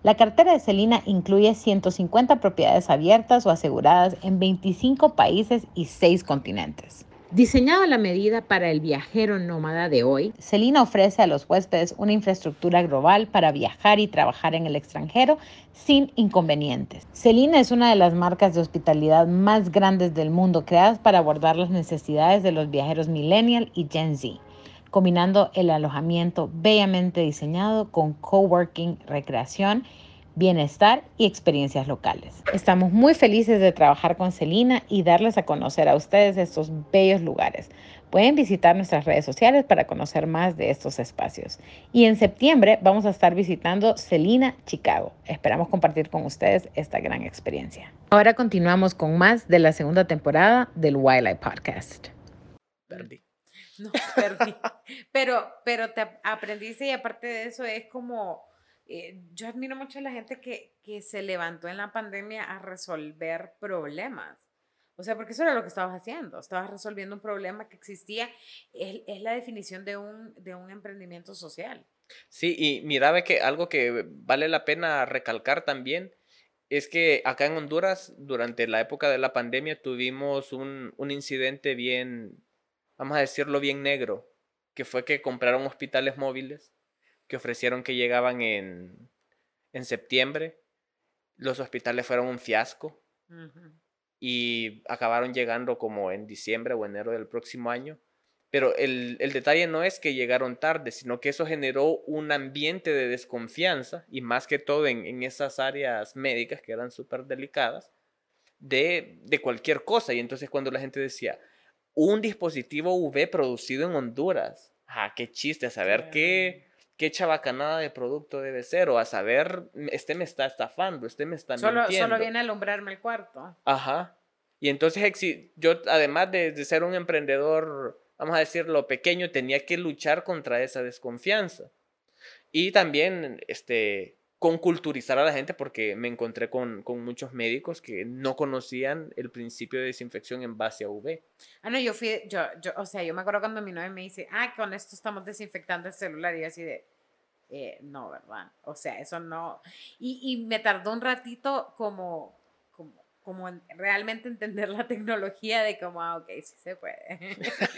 La cartera de Selina incluye ciento cincuenta propiedades abiertas o aseguradas en veinticinco países y seis continentes. Diseñado a la medida para el viajero nómada de hoy, Selina ofrece a los huéspedes una infraestructura global para viajar y trabajar en el extranjero sin inconvenientes. Selina es una de las marcas de hospitalidad más grandes del mundo, creadas para abordar las necesidades de los viajeros millennial y Gen Z, combinando el alojamiento bellamente diseñado con coworking, recreación, bienestar y experiencias locales. Estamos muy felices de trabajar con Selina y darles a conocer a ustedes estos bellos lugares. Pueden visitar nuestras redes sociales para conocer más de estos espacios. Y en septiembre vamos a estar visitando Selina, Chicago. Esperamos compartir con ustedes esta gran experiencia. Ahora continuamos con más de la segunda temporada del Wildlife Podcast. Perdí. No, perdí. Pero, pero te aprendiste y aparte de eso es como... Eh, yo admiro mucho a la gente que, que se levantó en la pandemia a resolver problemas. O sea, porque eso era lo que estabas haciendo. Estabas resolviendo un problema que existía. Es, es la definición de un, de un emprendimiento social. Sí, y mira, ve que algo que vale la pena recalcar también es que acá en Honduras, durante la época de la pandemia, tuvimos un, un incidente bien, vamos a decirlo, bien negro, que fue que compraron hospitales móviles que ofrecieron que llegaban en, en septiembre. Los hospitales fueron un fiasco uh-huh. y acabaron llegando como en diciembre o enero del próximo año. Pero el, el detalle no es que llegaron tarde, sino que eso generó un ambiente de desconfianza, y más que todo en, en esas áreas médicas que eran súper delicadas, de, de cualquier cosa. Y entonces cuando la gente decía, un dispositivo U V producido en Honduras, ah, qué chiste, a saber yeah. qué, qué chabacanada de producto debe ser, o a saber, este me está estafando, este me está solo, mintiendo. Solo viene a alumbrarme el cuarto. Ajá. Y entonces yo, además de, de ser un emprendedor, vamos a decirlo, pequeño, tenía que luchar contra esa desconfianza. Y también este, con culturizar a la gente, porque me encontré con, con muchos médicos que no conocían el principio de desinfección en base a U V. Ah, no, yo fui, yo, yo, o sea, yo me acuerdo cuando mi novia me dice, ah, con esto estamos desinfectando el celular, y yo así de, eh, no, ¿verdad? O sea, eso no. Y, y me tardó un ratito como, como, como en realmente entender la tecnología de como, ah, ok, sí se puede.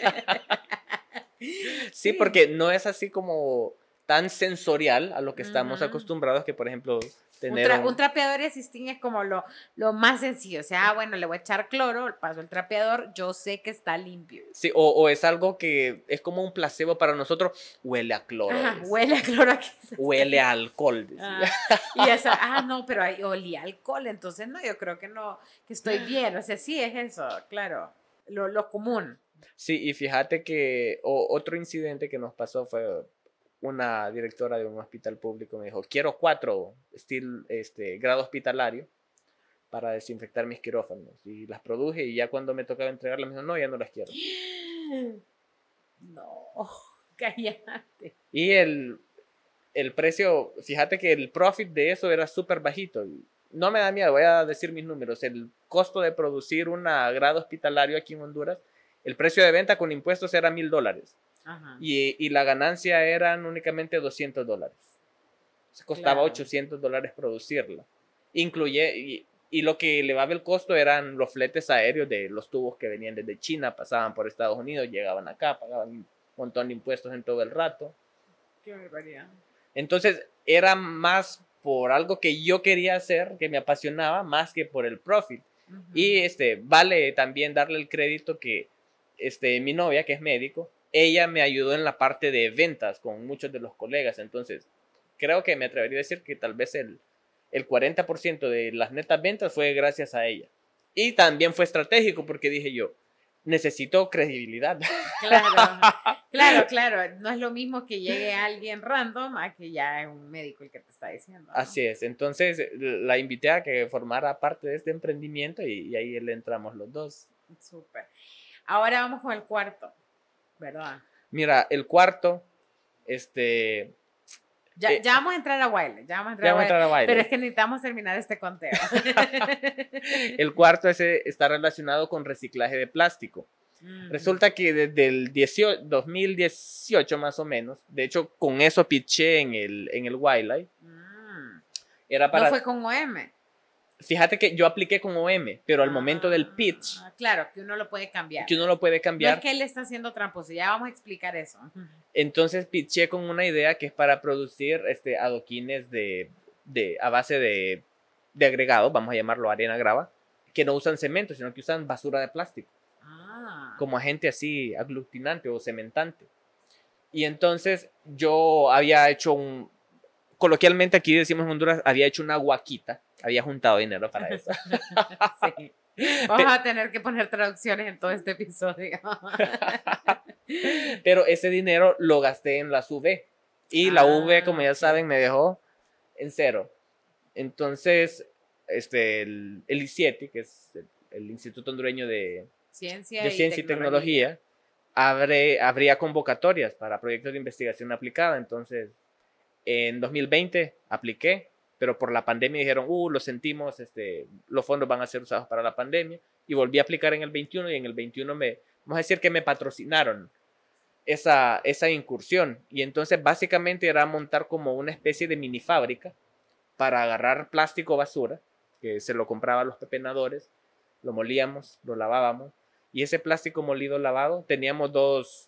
Sí, sí, porque no es así como tan sensorial a lo que estamos uh-huh. acostumbrados, que por ejemplo tener un, tra- un... un trapeador y asistín es como lo, lo más sencillo, o sea, ah, bueno, le voy a echar cloro, paso el trapeador, yo sé que está limpio. Sí, o, o es algo que es como un placebo para nosotros, huele a cloro. Ajá, huele a cloro aquí. Huele a alcohol. Ah, y esa, ah, no, pero ahí olía alcohol, entonces no, yo creo que no, que estoy bien, o sea, sí es eso, claro, lo, lo común. Sí, y fíjate que o, otro incidente que nos pasó fue una directora de un hospital público me dijo, quiero cuatro estilo, este, grado hospitalario para desinfectar mis quirófanos. Y las produje, y ya cuando me tocaba entregarlas me dijo, no, ya no las quiero. No, cállate. Y el, el precio, fíjate que el profit de eso era súper bajito. No me da miedo, voy a decir mis números. El costo de producir un grado hospitalario aquí en Honduras, el precio de venta con impuestos era mil dólares. Ajá. Y, y la ganancia eran únicamente doscientos dólares. Se costaba claro. ochocientos dólares producirla. Incluye, y, y lo que elevaba el costo eran los fletes aéreos de los tubos que venían desde China, pasaban por Estados Unidos, llegaban acá, pagaban un montón de impuestos en todo el rato. Qué barbaridad. Entonces era más por algo que yo quería hacer, que me apasionaba, más que por el profit. Uh-huh. Y este, vale también darle el crédito que este, mi novia, que es médico, ella me ayudó en la parte de ventas con muchos de los colegas. Entonces, creo que me atrevería a decir que tal vez el, el cuarenta por ciento de las netas ventas fue gracias a ella. Y también fue estratégico porque dije yo, necesito credibilidad. Claro, claro, claro. No es lo mismo que llegue alguien random a que ya es un médico el que te está diciendo, ¿no? Así es. Entonces, la invité a que formara parte de este emprendimiento y, y ahí le entramos los dos. Súper. Ahora vamos con el cuarto, ¿verdad? Mira, el cuarto, este... Ya, eh, ya vamos a entrar a Wiley, ya vamos a entrar, a, entrar a Wiley, pero es que necesitamos terminar este conteo. El cuarto ese está relacionado con reciclaje de plástico. Mm. Resulta que desde el dos mil dieciocho más o menos, de hecho con eso pitché en el, en el Wildlife, mm. Era para... No fue con O M. Fíjate que yo apliqué con O M, pero al ah, momento del pitch... Claro, que uno lo puede cambiar. Que uno lo puede cambiar. No es que él está haciendo tramposo, ya vamos a explicar eso. Entonces pitché con una idea que es para producir este, adoquines de, de, a base de, de agregado, vamos a llamarlo arena grava, que no usan cemento, sino que usan basura de plástico. Ah. Como agente así aglutinante o cementante. Y entonces yo había hecho un... Coloquialmente aquí decimos en Honduras, había hecho una guaquita. Había juntado dinero para eso. Sí. Vamos a tener que poner traducciones en todo este episodio. Pero ese dinero lo gasté en las U V. Y ah, la U V, como ya saben, me dejó en cero. Entonces, este, el, el I C I E T I, que es el, el Instituto Hondureño de Ciencia, de Ciencia y, y Tecnología, Tecnología abre, habría convocatorias para proyectos de investigación aplicada. Entonces, en dos mil veinte apliqué. Pero por la pandemia dijeron, uh, lo sentimos, este, los fondos van a ser usados para la pandemia. Y volví a aplicar en el veintiuno y en el veintiuno me, vamos a decir que me patrocinaron esa, esa incursión. Y entonces básicamente era montar como una especie de mini fábrica para agarrar plástico basura, que se lo compraba a los pepenadores, lo molíamos, lo lavábamos. Y ese plástico molido lavado teníamos dos,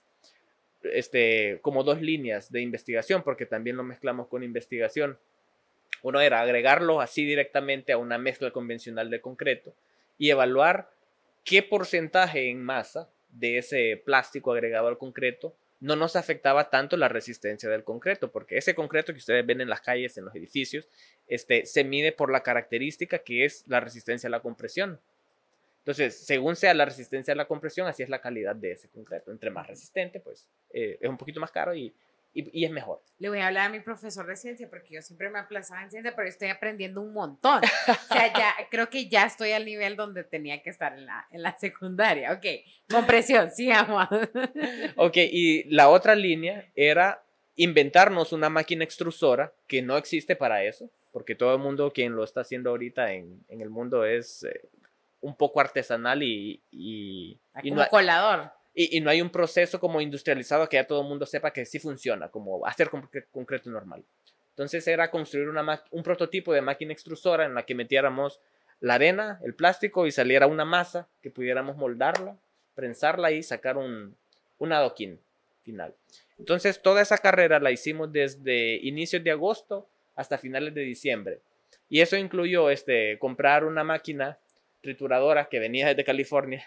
este, como dos líneas de investigación, porque también lo mezclamos con investigación. Uno era agregarlo así directamente a una mezcla convencional de concreto y evaluar qué porcentaje en masa de ese plástico agregado al concreto no nos afectaba tanto la resistencia del concreto, porque ese concreto que ustedes ven en las calles, en los edificios, este, se mide por la característica que es la resistencia a la compresión. Entonces, según sea la resistencia a la compresión, así es la calidad de ese concreto. Entre más resistente, pues eh, es un poquito más caro y Y, y es mejor. Le voy a hablar a mi profesor de ciencia porque yo siempre me aplazaba en ciencia, pero estoy aprendiendo un montón. O sea, ya creo que ya estoy al nivel donde tenía que estar en la, en la secundaria. Ok, compresión, sigamos. Ok, y la otra línea era inventarnos una máquina extrusora que no existe para eso, porque todo el mundo quien lo está haciendo ahorita en, en el mundo es eh, un poco artesanal y... y, y como no, colador. Y, y no hay un proceso como industrializado que ya todo el mundo sepa que sí funciona, como hacer concreto normal. Entonces era construir una un prototipo de máquina extrusora en la que metiéramos la arena, el plástico y saliera una masa que pudiéramos moldarla, prensarla y sacar un, un adoquín final. Entonces toda esa carrera la hicimos desde inicios de agosto hasta finales de diciembre. Y eso incluyó este, comprar una máquina trituradora que venía desde California.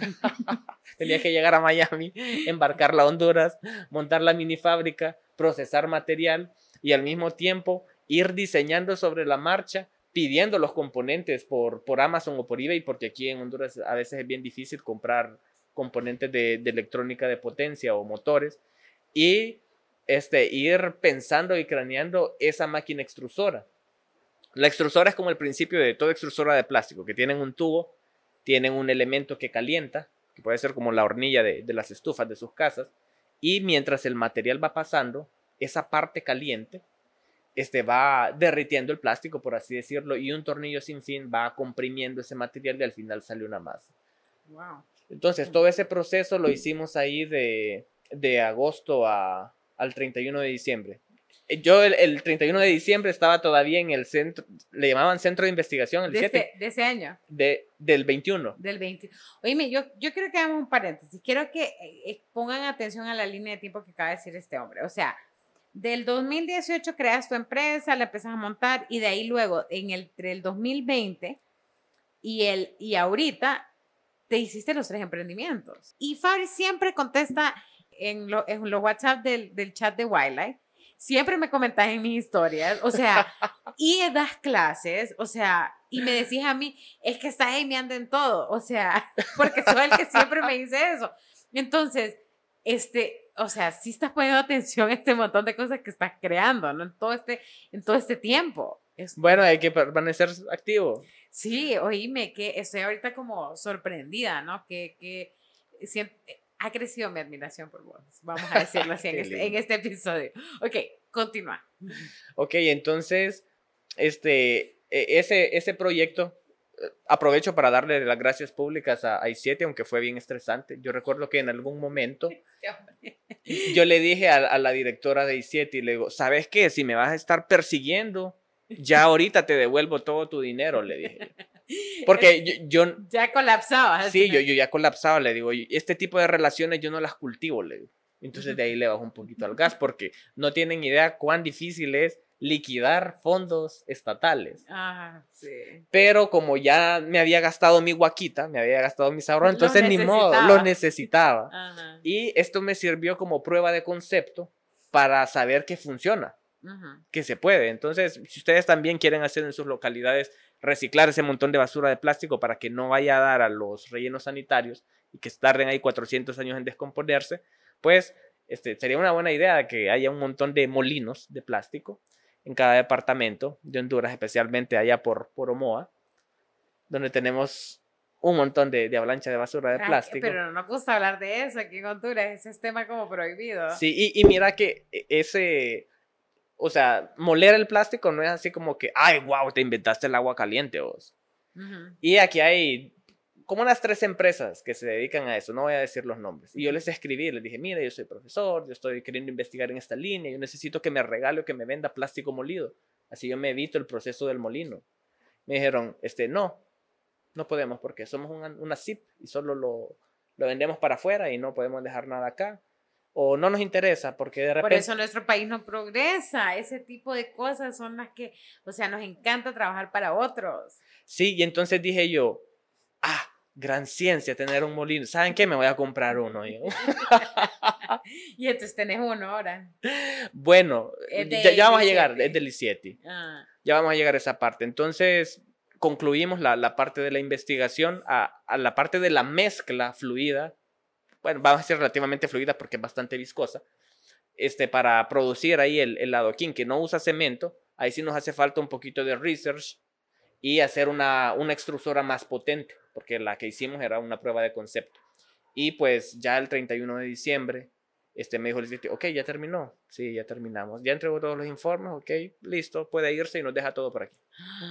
Tenía que llegar a Miami, embarcarla a Honduras, montar la mini fábrica, procesar material y al mismo tiempo ir diseñando sobre la marcha, pidiendo los componentes por, por Amazon o por eBay, porque aquí en Honduras a veces es bien difícil comprar componentes de, de electrónica de potencia o motores, y este, ir pensando y craneando esa máquina extrusora. La extrusora es como el principio de toda extrusora de plástico, que tienen un tubo, tienen un elemento que calienta, que puede ser como la hornilla de, de las estufas de sus casas, y mientras el material va pasando, esa parte caliente este, va derritiendo el plástico, por así decirlo, y un tornillo sin fin va comprimiendo ese material y al final sale una masa. Wow. Entonces, todo ese proceso lo hicimos ahí de, de agosto a, al treinta y uno de diciembre. Yo el, el treinta y uno de diciembre estaba todavía en el centro, le llamaban centro de investigación. El ¿De, siete, ese, ¿De ese año? De, del veintiuno. Del veinte. Oíme, yo, yo quiero que hagamos un paréntesis. Quiero que eh, pongan atención a la línea de tiempo que acaba de decir este hombre. O sea, del dos mil dieciocho creas tu empresa, la empiezas a montar y de ahí luego, en el, entre el dos mil veinte y, el, y ahorita, te hiciste los tres emprendimientos. Y Fabri siempre contesta en, lo, en los WhatsApp del, del chat de Wildlife. Siempre me comentas en mis historias, o sea, y das clases, o sea, y me decís a mí, es que está Amy anda en todo, o sea, porque soy el que siempre me dice eso. Entonces, este, o sea, sí estás poniendo atención a este montón de cosas que estás creando, ¿no? En todo este, en todo este tiempo. Es... Bueno, hay que permanecer activo. Sí, oíme, que estoy ahorita como sorprendida, ¿no? Que, que siempre... Ha crecido mi admiración por vos, vamos a decirlo así en, este, en este episodio. Ok, continúa. Ok, entonces, este, ese, ese proyecto, aprovecho para darle las gracias públicas a, a I C I E T I, aunque fue bien estresante. Yo recuerdo que en algún momento yo le dije a, a la directora de I C I E T I, le digo, ¿sabes qué? Si me vas a estar persiguiendo ya ahorita te devuelvo todo tu dinero, le dije. Porque yo, yo ya colapsaba. Sí, yo, yo ya colapsaba, le digo, este tipo de relaciones yo no las cultivo, le digo. Entonces de ahí le bajo un poquito al gas porque no tienen idea cuán difícil es liquidar fondos estatales. Ah, sí. Pero como ya me había gastado mi guaquita, me había gastado mis ahorros, entonces ni modo, lo necesitaba. Ajá. Y esto me sirvió como prueba de concepto para saber que funciona, uh-huh. que se puede. Entonces, si ustedes también quieren hacer en sus localidades reciclar ese montón de basura de plástico para que no vaya a dar a los rellenos sanitarios y que tarden ahí cuatrocientos años en descomponerse, pues este, sería una buena idea que haya un montón de molinos de plástico en cada departamento de Honduras, especialmente allá por, por Omoa, donde tenemos un montón de, de avalancha de basura de Ay, plástico. Pero no nos gusta hablar de eso aquí en Honduras, ese es tema como prohibido. Sí, y, y mira que ese... O sea, moler el plástico no es así como que, ay, wow, te inventaste el agua caliente vos. Uh-huh. Y aquí hay como unas tres empresas que se dedican a eso, no voy a decir los nombres. Y yo les escribí, les dije, mira, yo soy profesor, yo estoy queriendo investigar en esta línea, yo necesito que me regale o que me venda plástico molido. Así yo me evito el proceso del molino. Me dijeron, este, no, no podemos porque somos una, una C I P y solo lo, lo vendemos para afuera y no podemos dejar nada acá. O no nos interesa porque de repente... Por eso nuestro país no progresa. Ese tipo de cosas son las que, o sea, nos encanta trabajar para otros. Sí, y entonces dije yo, ah, gran ciencia tener un molino. ¿Saben qué? Me voy a comprar uno. Yo. Y entonces tenés uno ahora. Bueno, ya, ya vamos a llegar, es del I C I E T I. Ah. Ya vamos a llegar a esa parte. Entonces, concluimos la, la parte de la investigación a, a la parte de la mezcla fluida. Bueno, va a ser relativamente fluida porque es bastante viscosa, este, para producir ahí el, el adoquín que no usa cemento. Ahí sí nos hace falta un poquito de research y hacer una, una extrusora más potente, porque la que hicimos era una prueba de concepto. Y pues ya el treinta y uno de diciembre, este, me dijo el sitio, ok, ya terminó, sí, ya terminamos, ya entregó todos los informes, ok, listo, puede irse y nos deja todo por aquí.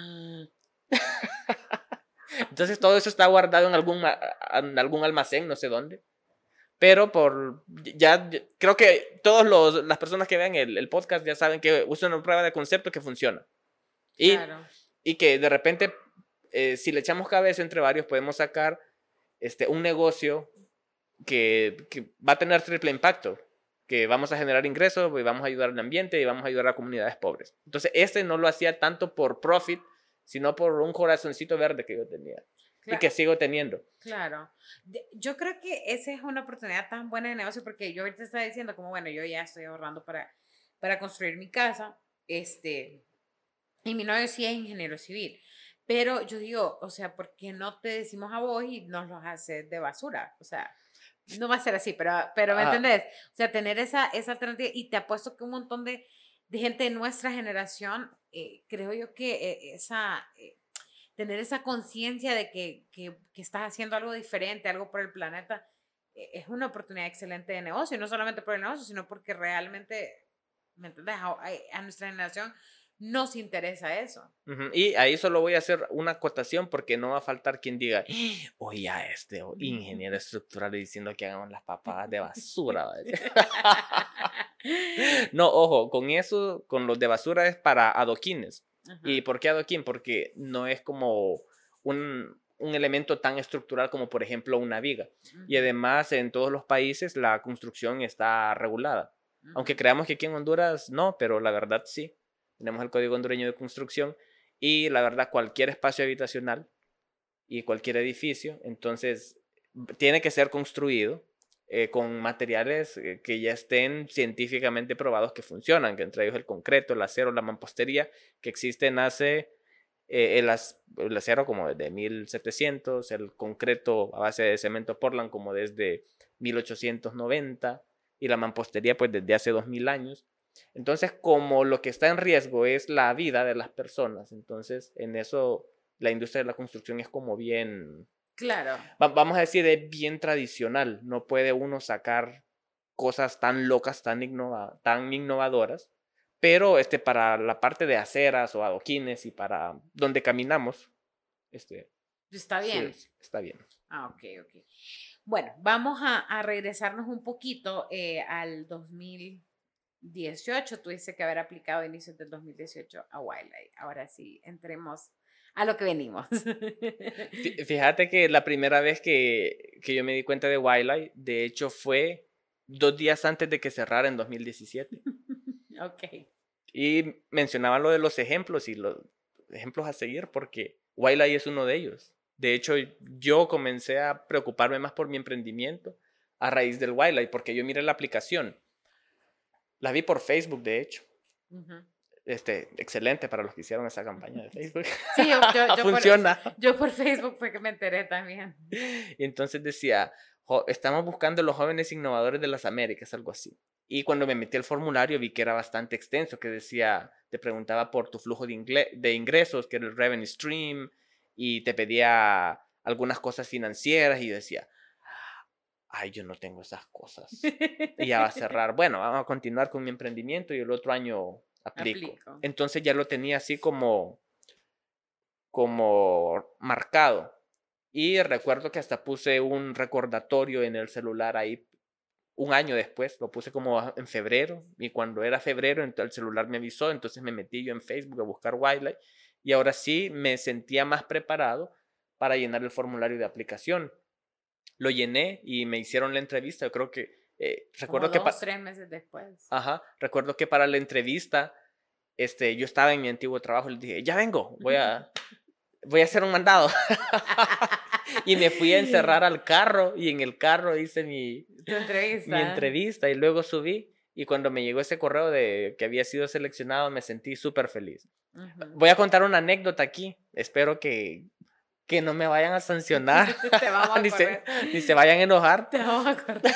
Entonces todo eso está guardado en algún, en algún almacén, no sé dónde. Pero por ya creo que todas las personas que vean el, el podcast ya saben que usa una prueba de concepto que funciona. Y, claro. y que de repente, eh, si le echamos cabeza entre varios, podemos sacar este, un negocio que, que va a tener triple impacto. Que vamos a generar ingresos, y vamos a ayudar al ambiente y vamos a ayudar a comunidades pobres. Entonces, este no lo hacía tanto por profit, sino por un corazoncito verde que yo tenía. Claro. Y que sigo teniendo. Claro. Yo creo que esa es una oportunidad tan buena de negocio porque yo ahorita estaba diciendo como, bueno, yo ya estoy ahorrando para, para construir mi casa, este, y mi novio sí es ingeniero civil, pero yo digo, o sea, ¿por qué no te decimos a vos y nos los haces de basura? O sea, no va a ser así, pero, pero ¿me ah. entendés? O sea, tener esa, esa alternativa, y te apuesto que un montón de, de gente de nuestra generación, eh, creo yo que eh, esa... Eh, tener esa conciencia de que, que, que estás haciendo algo diferente, algo por el planeta, es una oportunidad excelente de negocio, y no solamente por el negocio, sino porque realmente, ¿me entiendes? A, a nuestra generación nos interesa eso. Uh-huh. Y ahí solo voy a hacer una acotación porque no va a faltar quien diga, oye, a este oh, ingeniero estructural diciendo que hagamos las papadas de basura. No, ojo, con eso, con los de basura es para adoquines. Uh-huh. ¿Y por qué adoquín? Porque no es como un, un elemento tan estructural como, por ejemplo, una viga. Uh-huh. Y además, en todos los países la construcción está regulada. Uh-huh. Aunque creamos que aquí en Honduras no, pero la verdad sí. Tenemos el Código Hondureño de Construcción y la verdad cualquier espacio habitacional y cualquier edificio, entonces tiene que ser construido Eh, con materiales eh, que ya estén científicamente probados que funcionan, que entre ellos el concreto, el acero, la mampostería, que existen hace eh, el, el acero como desde mil setecientos, el concreto a base de cemento Portland como desde mil ochocientos noventa y la mampostería pues desde hace dos mil años. Entonces, como lo que está en riesgo es la vida de las personas, entonces en eso la industria de la construcción es como bien... Claro. Va, vamos a decir, es bien tradicional. No puede uno sacar cosas tan locas, tan, innova, tan innovadoras. Pero este, para la parte de aceras o adoquines y para donde caminamos, este, está bien. Sí, está bien. Ah, ok, ok. Bueno, vamos a, a regresarnos un poquito eh, al dos mil dieciocho tuviste que haber aplicado a inicios del dos mil dieciocho a Wildlife. Ahora sí, entremos a lo que venimos. Fíjate que la primera vez que, que yo me di cuenta de Wildlife, de hecho fue dos días antes de que cerrara en dos mil diecisiete. Ok. Y mencionaba lo de los ejemplos y los ejemplos a seguir porque Wildlife es uno de ellos. De hecho, yo comencé a preocuparme más por mi emprendimiento a raíz del Wildlife porque yo miré la aplicación. La vi por Facebook, de hecho. Uh-huh. Este, excelente para los que hicieron esa campaña de Facebook. Sí, yo, yo, yo funciona. Por, yo por Facebook fue que me enteré también. Y entonces decía, estamos buscando los jóvenes innovadores de las Américas, algo así. Y cuando me metí al formulario vi que era bastante extenso, que decía, te preguntaba por tu flujo de, ingle- de ingresos, que era el revenue stream, y te pedía algunas cosas financieras, y yo decía, ay, yo no tengo esas cosas. Y ya va a cerrar. Bueno, vamos a continuar con mi emprendimiento y el otro año aplico. aplico. Entonces ya lo tenía así como, como marcado. Y recuerdo que hasta puse un recordatorio en el celular ahí un año después, lo puse como en febrero, y cuando era febrero entonces el celular me avisó, entonces me metí yo en Facebook a buscar Wildlife, y ahora sí me sentía más preparado para llenar el formulario de aplicación. Lo llené y me hicieron la entrevista, yo creo que... Eh, recuerdo como que dos, pa- tres meses después. Ajá, recuerdo que para la entrevista, este, yo estaba en mi antiguo trabajo y les dije, ya vengo, voy a... voy a hacer un mandado. Y me fui a encerrar al carro y en el carro hice mi, tu entrevista. mi entrevista y luego subí y cuando me llegó ese correo de que había sido seleccionado me sentí súper feliz. Uh-huh. Voy a contar una anécdota aquí, espero que, que no me vayan a sancionar. Te vamos a ni, correr. se, ni se vayan a enojar. Te vamos a correr.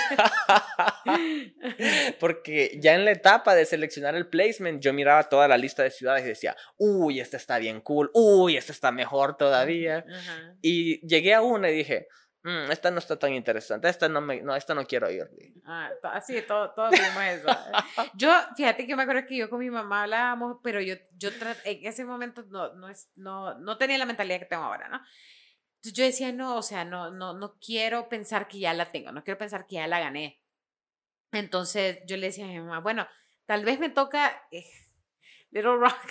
Porque ya en la etapa de seleccionar el placement, yo miraba toda la lista de ciudades y decía, uy, esta está bien cool, uy, esta está mejor todavía. Uh-huh. Y llegué a una y dije, mmm, esta no está tan interesante, esta no, me, no, esta no quiero ir. Ah, así, todo, todos vimos eso. Yo, fíjate que me acuerdo que yo con mi mamá hablábamos, pero yo, yo en ese momento no, no, es, no, no tenía la mentalidad que tengo ahora, ¿no? Entonces yo decía, no, o sea, no, no, no quiero pensar que ya la tengo, no quiero pensar que ya la gané. Entonces yo le decía a mi mamá, bueno, tal vez me toca eh, Little Rock.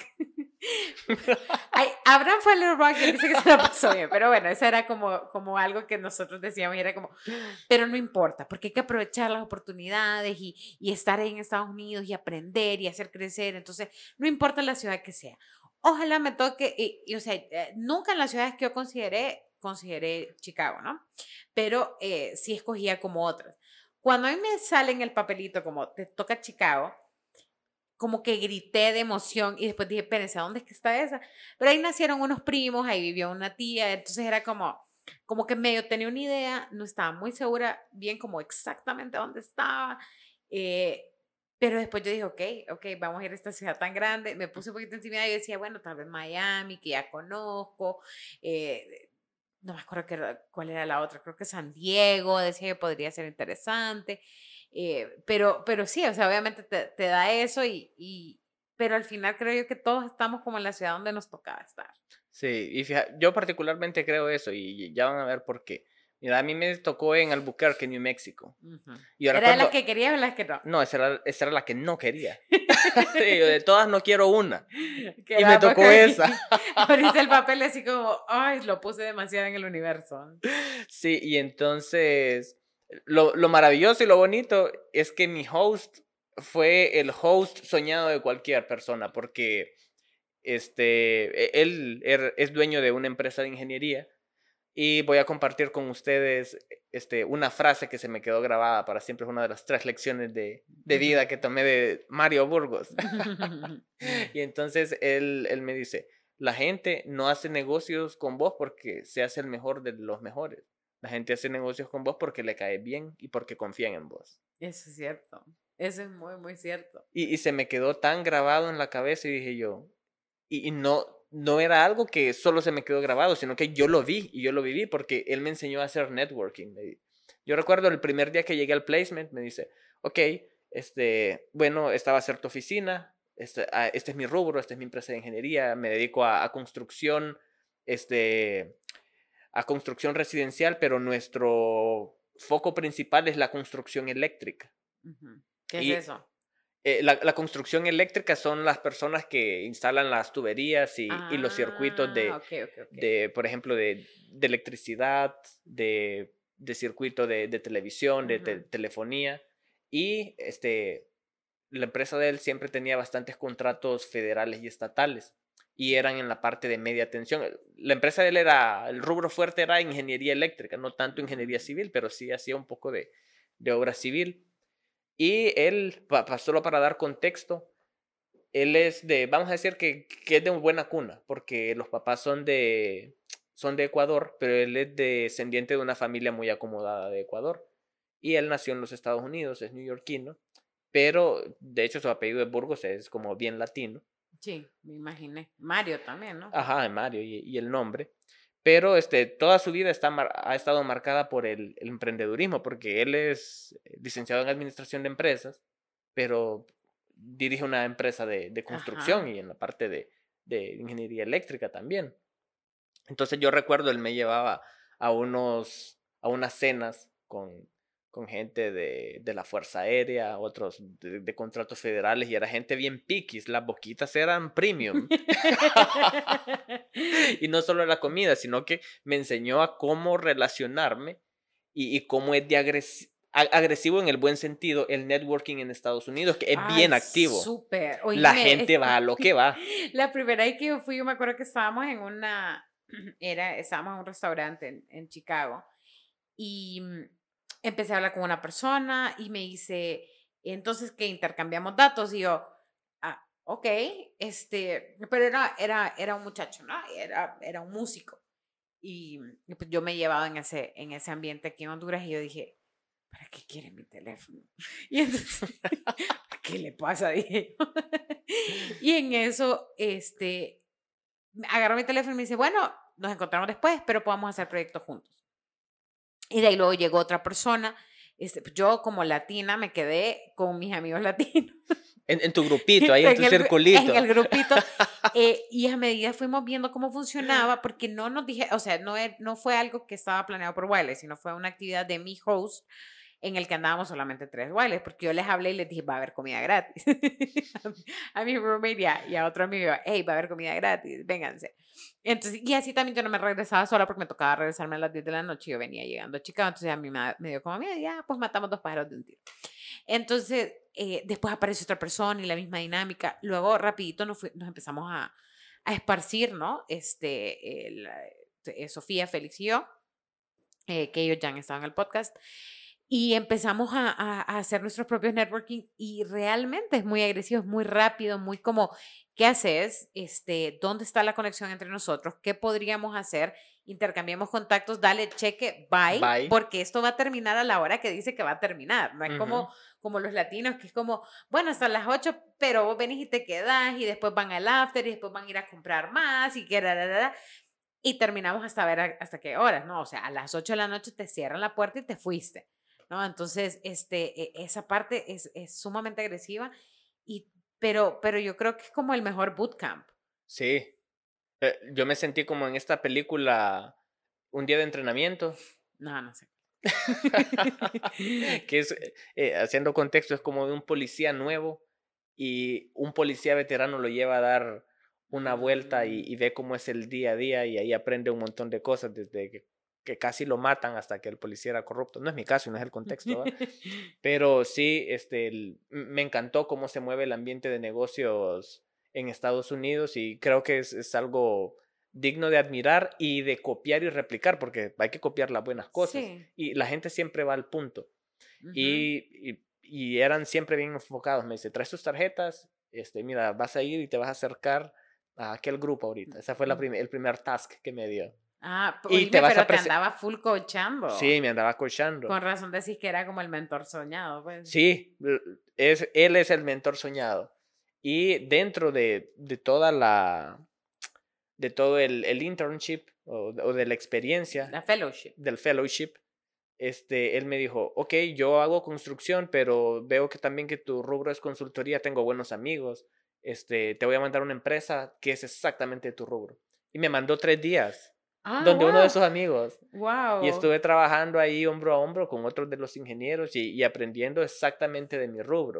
Ay, Abraham fue a Little Rock y él dice que se la pasó bien, pero bueno, eso era como, como algo que nosotros decíamos y era como, pero no importa, porque hay que aprovechar las oportunidades y, y estar ahí en Estados Unidos y aprender y hacer crecer, entonces no importa la ciudad que sea. Ojalá me toque, y, y o sea, eh, nunca en las ciudades que yo consideré, consideré Chicago, ¿no? Pero eh, sí escogía como otras. Cuando a mí me sale en el papelito como te toca Chicago, como que grité de emoción y después dije, espérense, ¿a dónde es que está esa? Pero ahí nacieron unos primos, ahí vivió una tía, entonces era como, como que medio tenía una idea, no estaba muy segura bien como exactamente dónde estaba, eh, pero después yo dije, ok, ok, vamos a ir a esta ciudad tan grande, me puse un poquito intimidada y decía, bueno, tal vez Miami, que ya conozco, eh, no me acuerdo qué, cuál era la otra, creo que San Diego, decía que podría ser interesante, eh, pero, pero sí, o sea, obviamente te, te da eso, y, y, pero al final creo yo que todos estamos como en la ciudad donde nos tocaba estar. Sí, y fíjate, yo particularmente creo eso y ya van a ver por qué. Mira, a mí me tocó en Albuquerque, New Mexico. Uh-huh. Y ¿Era cuando... de las que querías o las que no? No, esa era, esa era la que no quería. Sí, yo de todas no quiero una. Que y me tocó esa. Abriste el papel así como, ay, lo puse demasiado en el universo. Sí, y entonces, lo, lo maravilloso y lo bonito es que mi host fue el host soñado de cualquier persona, porque este, él, él es dueño de una empresa de ingeniería. Y voy a compartir con ustedes este, una frase que se me quedó grabada para siempre. Es una de las tres lecciones de, de vida que tomé de Mario Burgos. Y entonces él, él me dice, la gente no hace negocios con vos porque se hace el mejor de los mejores. La gente hace negocios con vos porque le cae bien y porque confían en vos. Eso es cierto. Eso es muy, muy cierto. Y, y se me quedó tan grabado en la cabeza y dije yo, y, y no... no era algo que solo se me quedó grabado, sino que yo lo vi y yo lo viví porque él me enseñó a hacer networking. Yo recuerdo el primer día que llegué al placement, me dice, ok, este, bueno, esta va a ser tu oficina, este, este es mi rubro, esta es mi empresa de ingeniería, me dedico a, a construcción, este, a construcción residencial, pero nuestro foco principal es la construcción eléctrica. Uh-huh. ¿Qué y, es eso? Eh, la, la construcción eléctrica son las personas que instalan las tuberías y, y los circuitos Ah, de, ok, ok, ok. de por ejemplo, de, de electricidad, de, de circuito de, de televisión, de te- Ujú. telefonía. Y este, la empresa de él siempre tenía bastantes contratos federales y estatales. Y eran en la parte de media tensión. La empresa de él era, el rubro fuerte era ingeniería eléctrica, no tanto ingeniería Mm. civil, pero sí hacía un poco de, de obra civil. Y él, pa- pa- solo para dar contexto, él es de, vamos a decir que, que es de buena cuna, porque los papás son de, son de Ecuador, pero él es descendiente de una familia muy acomodada de Ecuador. Y él nació en los Estados Unidos, es neoyorquino, pero de hecho su apellido de Burgos es como bien latino. Sí, me imaginé. Mario también, ¿no? Ajá, Mario y, y el nombre. Pero este, toda su vida está mar- ha estado marcada por el, el emprendedurismo, porque él es eh, licenciado en administración de empresas, pero dirige una empresa de, de construcción Ajá. y en la parte de, de ingeniería eléctrica también. Entonces yo recuerdo, él me llevaba a, unos, a unas cenas con, con gente de, de la Fuerza Aérea, otros de, de contratos federales, y era gente bien piquis, las boquitas eran premium. Y no solo la comida, sino que me enseñó a cómo relacionarme y, y cómo es de agresi- a- agresivo en el buen sentido el networking en Estados Unidos, que es Ay, bien activo. súper. La Oíme, gente va a lo que va. la primera vez que yo fui, yo me acuerdo que estábamos en una, era, estábamos en un restaurante en, en Chicago y mm, empecé a hablar con una persona y me dice, entonces que intercambiamos datos y yo, ah, ok, este, pero era, era, era un muchacho, ¿no? Era, era un músico y, y pues yo me he llevado en ese, en ese ambiente aquí en Honduras y yo dije, ¿para qué quiere mi teléfono? Y entonces, ¿qué le pasa? Dije yo. Y en eso, este, agarró mi teléfono y me dice, bueno, nos encontramos después, pero podamos hacer proyectos juntos. Y de ahí luego llegó otra persona. Este, pues, yo como latina me quedé con mis amigos latinos En, en tu grupito, ahí en en tu el, gru- en circulito. el grupito. Eh, y a medida fuimos viendo cómo funcionaba, porque no nos dije, o sea, no, e- no fue algo que estaba planeado por Wiley, sino fue una actividad de mi host en el que andábamos solamente tres bailes, porque yo les hablé y les dije, va a haber comida gratis. a, mi, a mi roommate y a, y a otro amigo, hey, va a haber comida gratis, vénganse. Entonces, y así también yo no me regresaba sola porque me tocaba regresarme a las diez de la noche y yo venía llegando a Chicago, entonces a mí me, me dio como miedo, ya, pues matamos dos pájaros de un tiro. Entonces, eh, después aparece otra persona y la misma dinámica. Luego, rapidito, nos, fui- nos empezamos a, a esparcir, ¿no? Este, el, eh, Sofía, Félix y yo, eh, que ellos ya han estado en el podcast. Y empezamos a, a- a hacer nuestros propios networking y realmente es muy agresivo, es muy rápido, muy como, ¿qué haces? Este, ¿dónde está la conexión entre nosotros? ¿Qué podríamos hacer? Intercambiamos contactos, dale cheque, bye, Bye. porque esto va a terminar a la hora que dice que va a terminar. No es Ujú. como, como los latinos, que es como, bueno, hasta las ocho, pero vos venís y te quedás y después van al after y después van a ir a comprar más y que ra, ra, ra, y terminamos hasta ver a- hasta qué horas, ¿no? O sea, a las ocho de la noche te cierran la puerta y te fuiste, ¿no? Entonces, este, e- esa parte es, es sumamente agresiva, y, pero, pero yo creo que es como el mejor bootcamp. Sí. Eh, yo me sentí como en esta película Un día de entrenamiento. No, no sé. Que es, eh, eh, haciendo contexto, es como de un policía nuevo y un policía veterano lo lleva a dar una vuelta y, Mm, y ve cómo es el día a día y ahí aprende un montón de cosas desde que, que casi lo matan hasta que el policía era corrupto. No es mi caso, no es el contexto, ¿va? Pero sí, este, el- m- me encantó cómo se mueve el ambiente de negocios en Estados Unidos y creo que es, es algo digno de admirar y de copiar y replicar, porque hay que copiar las buenas cosas Sí. y la gente siempre va al punto. Ujú. Y, y, y eran siempre bien enfocados. Me dice, traes tus tarjetas, este, mira, vas a ir y te vas a acercar a aquel grupo ahorita. Ese fue la Mm. prim- el primer task que me dio. Ah, p- Y te oíme, vas a pero te presentar. andaba full coachando. Sí, me andaba coachando. Con razón decís que era como el mentor soñado, pues. Sí, l- es, él es el mentor soñado. Y dentro de, de toda la, de todo el, el internship o, o de la experiencia, La fellowship. del fellowship, este, él me dijo, ok, yo hago construcción, pero veo que también que tu rubro es consultoría, tengo buenos amigos, este, te voy a mandar una empresa que es exactamente tu rubro. Y me mandó tres días, Ah, donde uno de wow. sus amigos, y Wow. estuve trabajando ahí hombro a hombro con otros de los ingenieros y, y aprendiendo exactamente de mi rubro.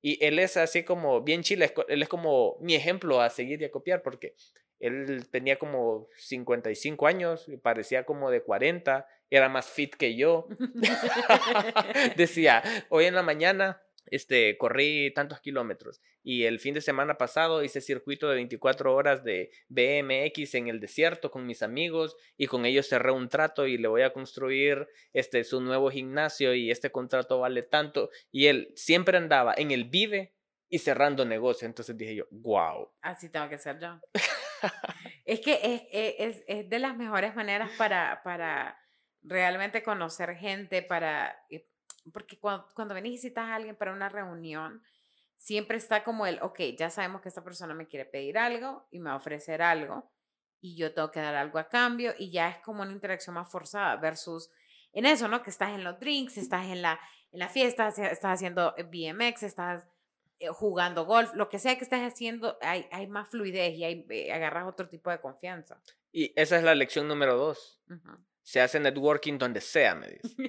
Y él es así como bien chile, él es como mi ejemplo a seguir y a copiar, porque él tenía como cincuenta y cinco años, y parecía como de cuarenta, era más fit que yo. Decía, hoy en la mañana este, corrí tantos kilómetros y el fin de semana pasado hice circuito de veinticuatro horas de B M X en el desierto con mis amigos y con ellos cerré un trato y le voy a construir este, su nuevo gimnasio y este contrato vale tanto. Y él siempre andaba en el Vive y cerrando negocios. Entonces dije yo, wow. Así tengo que ser yo. Es que es, es, es de las mejores maneras para, para realmente conocer gente, para, porque cuando, cuando venís y visitas a alguien para una reunión, siempre está como el, ok, ya sabemos que esta persona me quiere pedir algo y me va a ofrecer algo y yo tengo que dar algo a cambio y ya es como una interacción más forzada versus en eso, ¿no? Que estás en los drinks, estás en la, en la fiesta, estás haciendo B M X, estás jugando golf, lo que sea que estés haciendo, hay, hay más fluidez y hay, eh, agarras otro tipo de confianza. Y esa es la lección número dos. Uh-huh. Se hace networking donde sea, me dice.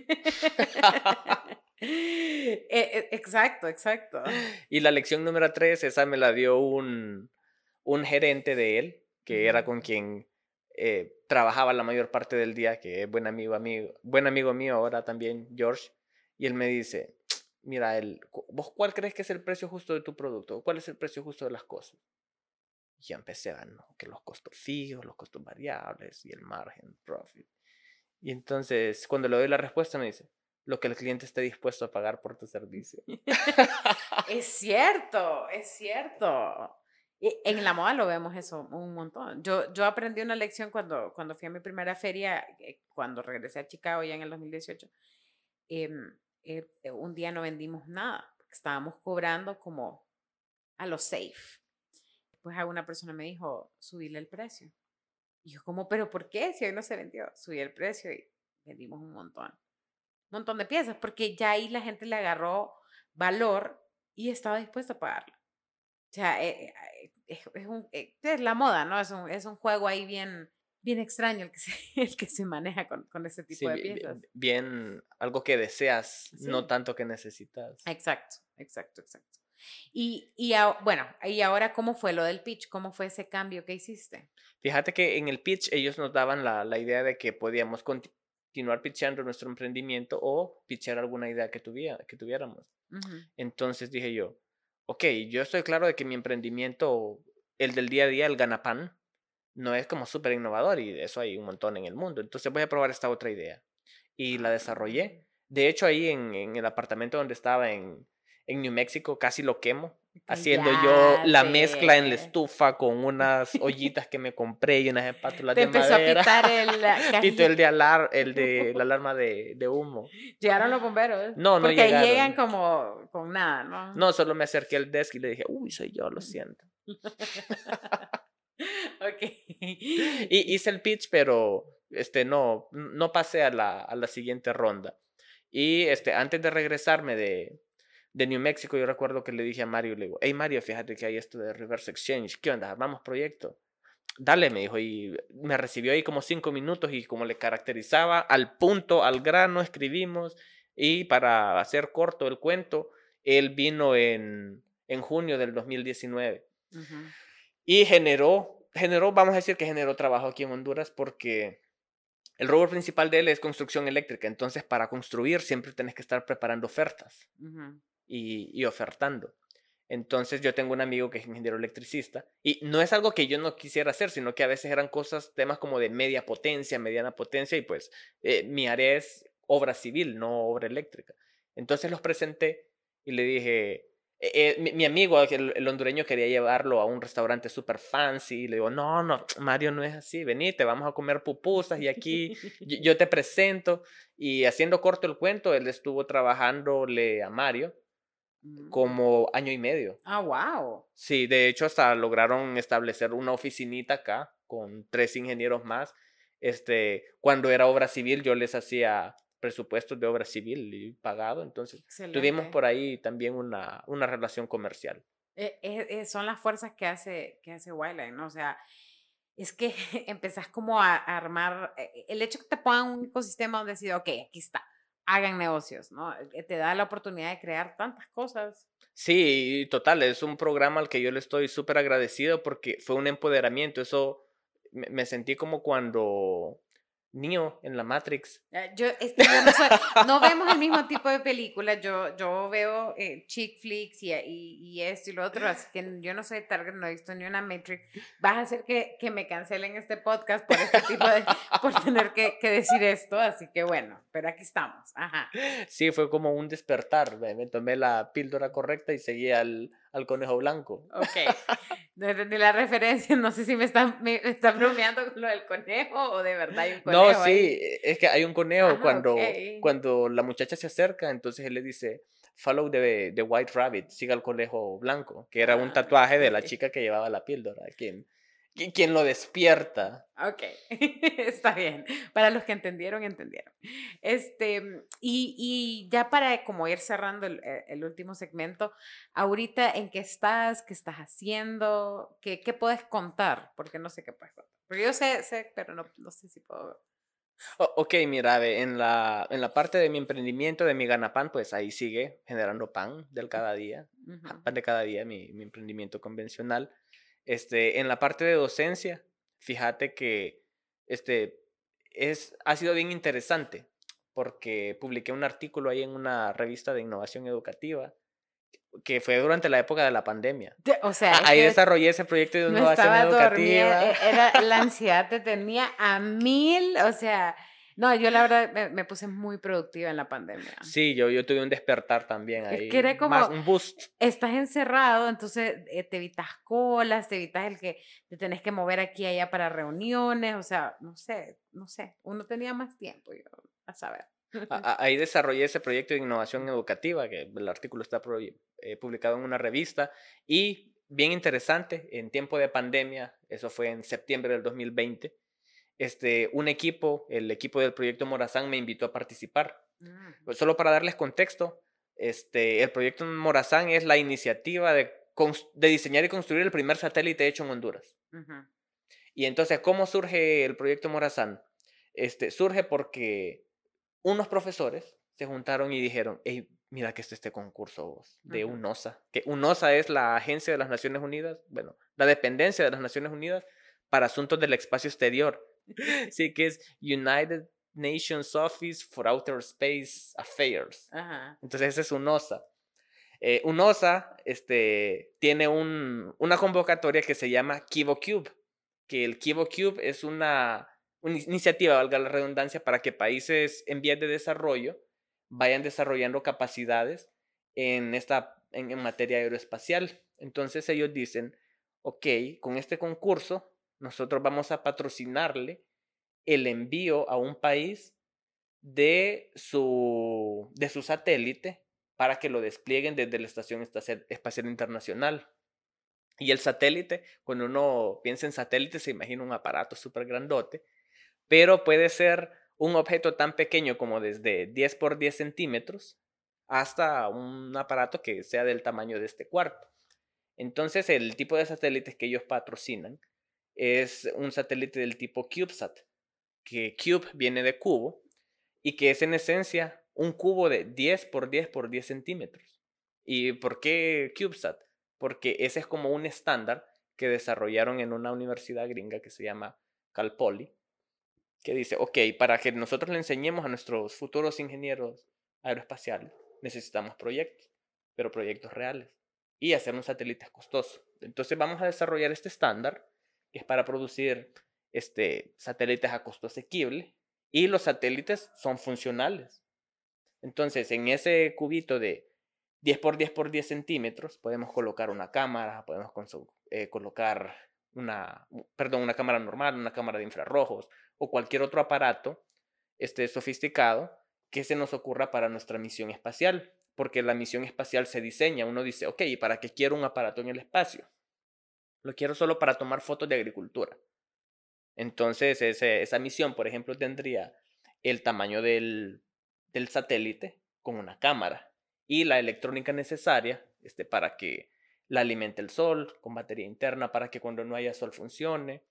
Exacto, exacto. Y la lección número tres, esa me la dio un, un gerente de él, que uh-huh. era con quien eh, trabajaba la mayor parte del día, que es buen amigo, amigo, buen amigo mío ahora también, George. Y él me dice, mira, el, ¿vos cuál crees que es el precio justo de tu producto? ¿Cuál es el precio justo de las cosas? Y ya empecé a, ¿no? Que los costos fijos, los costos variables y el margen profit. Y entonces, cuando le doy la respuesta, me dice, lo que el cliente esté dispuesto a pagar por tu servicio. Es cierto, es cierto. En la moda lo vemos eso un montón. Yo, yo aprendí una lección cuando, cuando fui a mi primera feria, cuando regresé a Chicago ya en el dos mil dieciocho. Eh, eh, un día no vendimos nada, porque estábamos cobrando como a lo safe. Pues alguna persona me dijo, subirle el precio. Y yo como, ¿pero por qué? Si hoy no se vendió. Subí el precio y vendimos un montón. Un montón de piezas, porque ya ahí la gente le agarró valor y estaba dispuesta a pagarlo. O sea, eh, eh, es, es, un, eh, es la moda, ¿no? Es un, es un juego ahí bien, bien extraño el que se, el que se maneja con, con ese tipo sí, de piezas. Bien, bien, algo que deseas, sí. No tanto que necesitas. Exacto, exacto, exacto. Y, y a, bueno, y ahora, ¿cómo fue lo del pitch? ¿Cómo fue ese cambio que hiciste? Fíjate que en el pitch ellos nos daban la, la idea de que podíamos continuar pitchando nuestro emprendimiento o pitchar alguna idea que, tuviera, que tuviéramos. Uh-huh. Entonces dije yo, ok, yo estoy claro de que mi emprendimiento, el del día a día, el ganapán, no es como súper innovador y de eso hay un montón en el mundo. Entonces voy a probar esta otra idea. Y la desarrollé. De hecho, ahí en, en el apartamento donde estaba en, en New Mexico, casi lo quemo. Haciendo ya yo la te... mezcla en la estufa con unas ollitas que me compré y unas espátulas te de madera. Te empezó a pitar el... Pito el de, alar, el de la alarma de, de humo. ¿Llegaron los bomberos? No, no Porque llegaron. Porque llegan como con nada, ¿no? No, solo me acerqué al desk y le dije, uy, soy yo, lo siento. Ok. Y hice el pitch, pero este, no, no pasé a la, a la siguiente ronda. Y este, antes de regresarme de, de New Mexico, yo recuerdo que le dije a Mario, le digo, hey Mario, fíjate que hay esto de Reverse Exchange, ¿qué onda? Vamos proyecto. Dale, me dijo, y me recibió ahí como cinco minutos y como le caracterizaba, al punto, al grano, escribimos. Y para hacer corto el cuento, él vino en, en junio del dos mil diecinueve. Uh-huh. Y generó, generó, vamos a decir que generó trabajo aquí en Honduras porque el rubro principal de él es construcción eléctrica. Entonces, para construir siempre tienes que estar preparando ofertas uh-huh. y, y ofertando. Entonces, yo tengo un amigo que es ingeniero electricista y no es algo que yo no quisiera hacer, sino que a veces eran cosas, temas como de media potencia, mediana potencia y pues eh, mi área es obra civil, no obra eléctrica. Entonces, los presenté y le dije... Eh, mi, mi amigo, el, el hondureño, quería llevarlo a un restaurante súper fancy. Y le digo, no, no, Mario, no es así. Venite, vamos a comer pupusas y aquí yo, yo te presento. Y haciendo corto el cuento, él estuvo trabajándole a Mario como año y medio. Ah, wow. Sí, de hecho hasta lograron establecer una oficinita acá con tres ingenieros más. Este, cuando era obra civil yo les hacía presupuestos de obra civil y pagado, entonces excelente. Tuvimos por ahí también una, una relación comercial. Eh, eh, son las fuerzas que hace, que hace Wildlife, ¿no? O sea, es que empezás como a, a armar, el hecho que te pongan un ecosistema donde decís, ok, aquí está, hagan negocios, ¿no? Te da la oportunidad de crear tantas cosas. Sí, total, es un programa al que yo le estoy súper agradecido porque fue un empoderamiento. Eso me, me sentí como cuando Neo en la Matrix. Eh, Yo, es que yo no soy, no vemos el mismo tipo de películas, yo, yo veo eh, chick flicks y, y, y esto y lo otro, así que yo no soy target, no he visto ni una Matrix. Vas a hacer que, que me cancelen este podcast por este tipo de, por tener que, que decir esto, así que bueno, pero aquí estamos, ajá. Sí, fue como un despertar. Me, me tomé la píldora correcta y seguí al, al conejo blanco. Ok, no entendí la referencia, no sé si me están, me, me están bromeando con lo del conejo o de verdad hay un No, conejo sí, ahí. es que hay un conejo Ah, ok. cuando, cuando la muchacha se acerca, entonces él le dice, follow the, the white rabbit, siga al conejo blanco, que era un Ah, tatuaje de la ok. chica que llevaba la píldora, quien, quien, quien lo despierta. Ok, está bien. Para los que entendieron, entendieron. Este, y, y ya para como ir cerrando el, eh, el último segmento, ahorita en qué estás, qué estás haciendo, qué, qué puedes contar, porque no sé qué puedes contar. Porque yo sé, sé, pero no, no sé si puedo. O- ok, mira, ve, en la, en la parte de mi emprendimiento, de mi ganapán, pues ahí sigue generando pan del cada día, ja, Ujú. pan de cada día, mi, mi emprendimiento convencional. Este, en la parte de docencia, fíjate que este, es, ha sido bien interesante porque publiqué un artículo ahí en una revista de innovación educativa que fue durante la época de la pandemia. Te- O sea, Ah, es ahí que desarrollé ese proyecto de no innovación estaba dormida, educativa. e- era la ansiedad te tenía a mil, o sea, no, yo la verdad me, me puse muy productiva en la pandemia. Sí, yo, yo tuve un despertar también Es que ahí, era más como, un boost. estás encerrado, entonces eh, te evitas colas, te evitas el que te tenés que mover aquí y allá para reuniones, o sea, no sé, no sé, uno tenía más tiempo, yo, a saber. A- a- Ahí desarrollé ese proyecto de innovación educativa, que el artículo está pro- eh, publicado en una revista, y bien interesante, en tiempo de pandemia, eso fue en septiembre del dos mil veinte, este, un equipo, el equipo del proyecto Morazán me invitó a participar. Mm, Pues solo para darles contexto, este, el proyecto Morazán es la iniciativa de, cons- de diseñar y construir el primer satélite hecho en Honduras. ujú, Y entonces, ¿cómo surge el proyecto Morazán? Este, surge porque unos profesores se juntaron y dijeron, hey, mira que está este concurso vos, de ujú. UNOSA, que UNOSA es la agencia de las Naciones Unidas, bueno, la dependencia de las Naciones Unidas para asuntos del espacio exterior. Sí, que es United Nations Office for Outer Space Affairs. Ajá. Entonces ese es UNOSA. Eh, UNOSA este, tiene un, una convocatoria que se llama KivoCube, que el KivoCube es una, una iniciativa, valga la redundancia, para que países en vías de desarrollo vayan desarrollando capacidades en, esta, en, en materia aeroespacial. Entonces ellos dicen, ok, con este concurso nosotros vamos a patrocinarle el envío a un país de su, de su satélite para que lo desplieguen desde la Estación Espacial Internacional. Y el satélite, cuando uno piensa en satélite, se imagina un aparato súper grandote, pero puede ser un objeto tan pequeño como desde diez por diez centímetros hasta un aparato que sea del tamaño de este cuarto. Entonces, el tipo de satélites que ellos patrocinan es un satélite del tipo CubeSat, que Cube viene de cubo y que es en esencia un cubo de diez por diez por diez centímetros. ¿Y por qué CubeSat? Porque ese es como un estándar que desarrollaron en una universidad gringa que se llama Cal Poly, que dice, ok, para que nosotros le enseñemos a nuestros futuros ingenieros aeroespaciales, necesitamos proyectos, pero proyectos reales, y hacer un satélite es costoso. Entonces vamos a desarrollar este estándar, que es para producir este, satélites a costo asequible, y los satélites son funcionales. Entonces, en ese cubito de diez por diez por diez centímetros, podemos colocar una cámara, podemos eh, colocar una, perdón, una cámara normal, una cámara de infrarrojos o cualquier otro aparato este, sofisticado que se nos ocurra para nuestra misión espacial. Porque la misión espacial se diseña, uno dice, ok, ¿y para qué quiero un aparato en el espacio? Lo quiero solo para tomar fotos de agricultura. Entonces, ese, esa misión, por ejemplo, tendría el tamaño del, del satélite con una cámara y la electrónica necesaria este, para que la alimente el sol con batería interna para que cuando no haya sol funcione,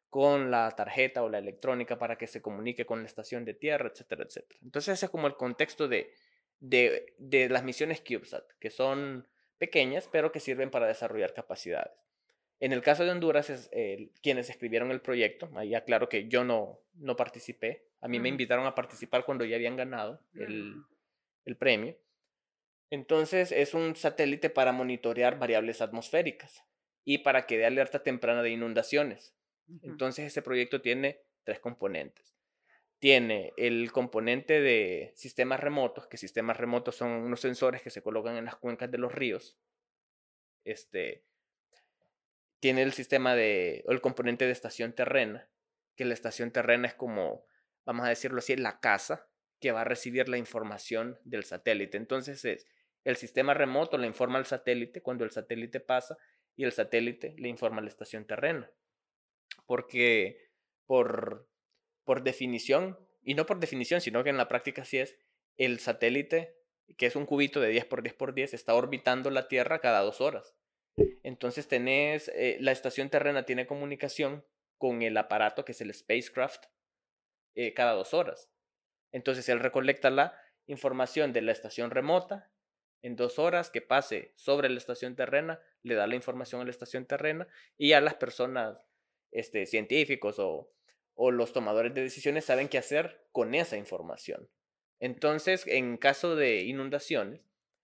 con la tarjeta o la electrónica para que se comunique con la estación de tierra, etcétera, etcétera. Entonces ese es como el contexto de, de, de las misiones CubeSat, que son pequeñas, pero que sirven para desarrollar capacidades. En el caso de Honduras, es, eh, quienes escribieron el proyecto, ahí aclaro que yo no, no participé, a mí me Ujú. invitaron a participar cuando ya habían ganado el, el premio. Entonces es un satélite para monitorear variables atmosféricas y para que dé alerta temprana de inundaciones. Ujú. Entonces ese proyecto tiene tres componentes. Tiene el componente de sistemas remotos, que sistemas remotos son unos sensores que se colocan en las cuencas de los ríos. Este, tiene el sistema de, o el componente de estación terrena, que la estación terrena es como, vamos a decirlo así, la casa que va a recibir la información del satélite. Entonces es, el sistema remoto le informa al satélite cuando el satélite pasa y el satélite le informa a la estación terrena. Porque por, por definición, y no por definición, sino que en la práctica sí es, el satélite, que es un cubito de diez por diez por diez, está orbitando la Tierra cada dos horas. Entonces tenés, eh, la estación terrena tiene comunicación con el aparato que es el spacecraft eh, cada dos horas. Entonces él recolecta la información de la estación remota en dos horas que pase sobre la estación terrena, le da la información a la estación terrena y ya las personas, este, científicos o, o los tomadores de decisiones saben qué hacer con esa información. Entonces, en caso de inundaciones,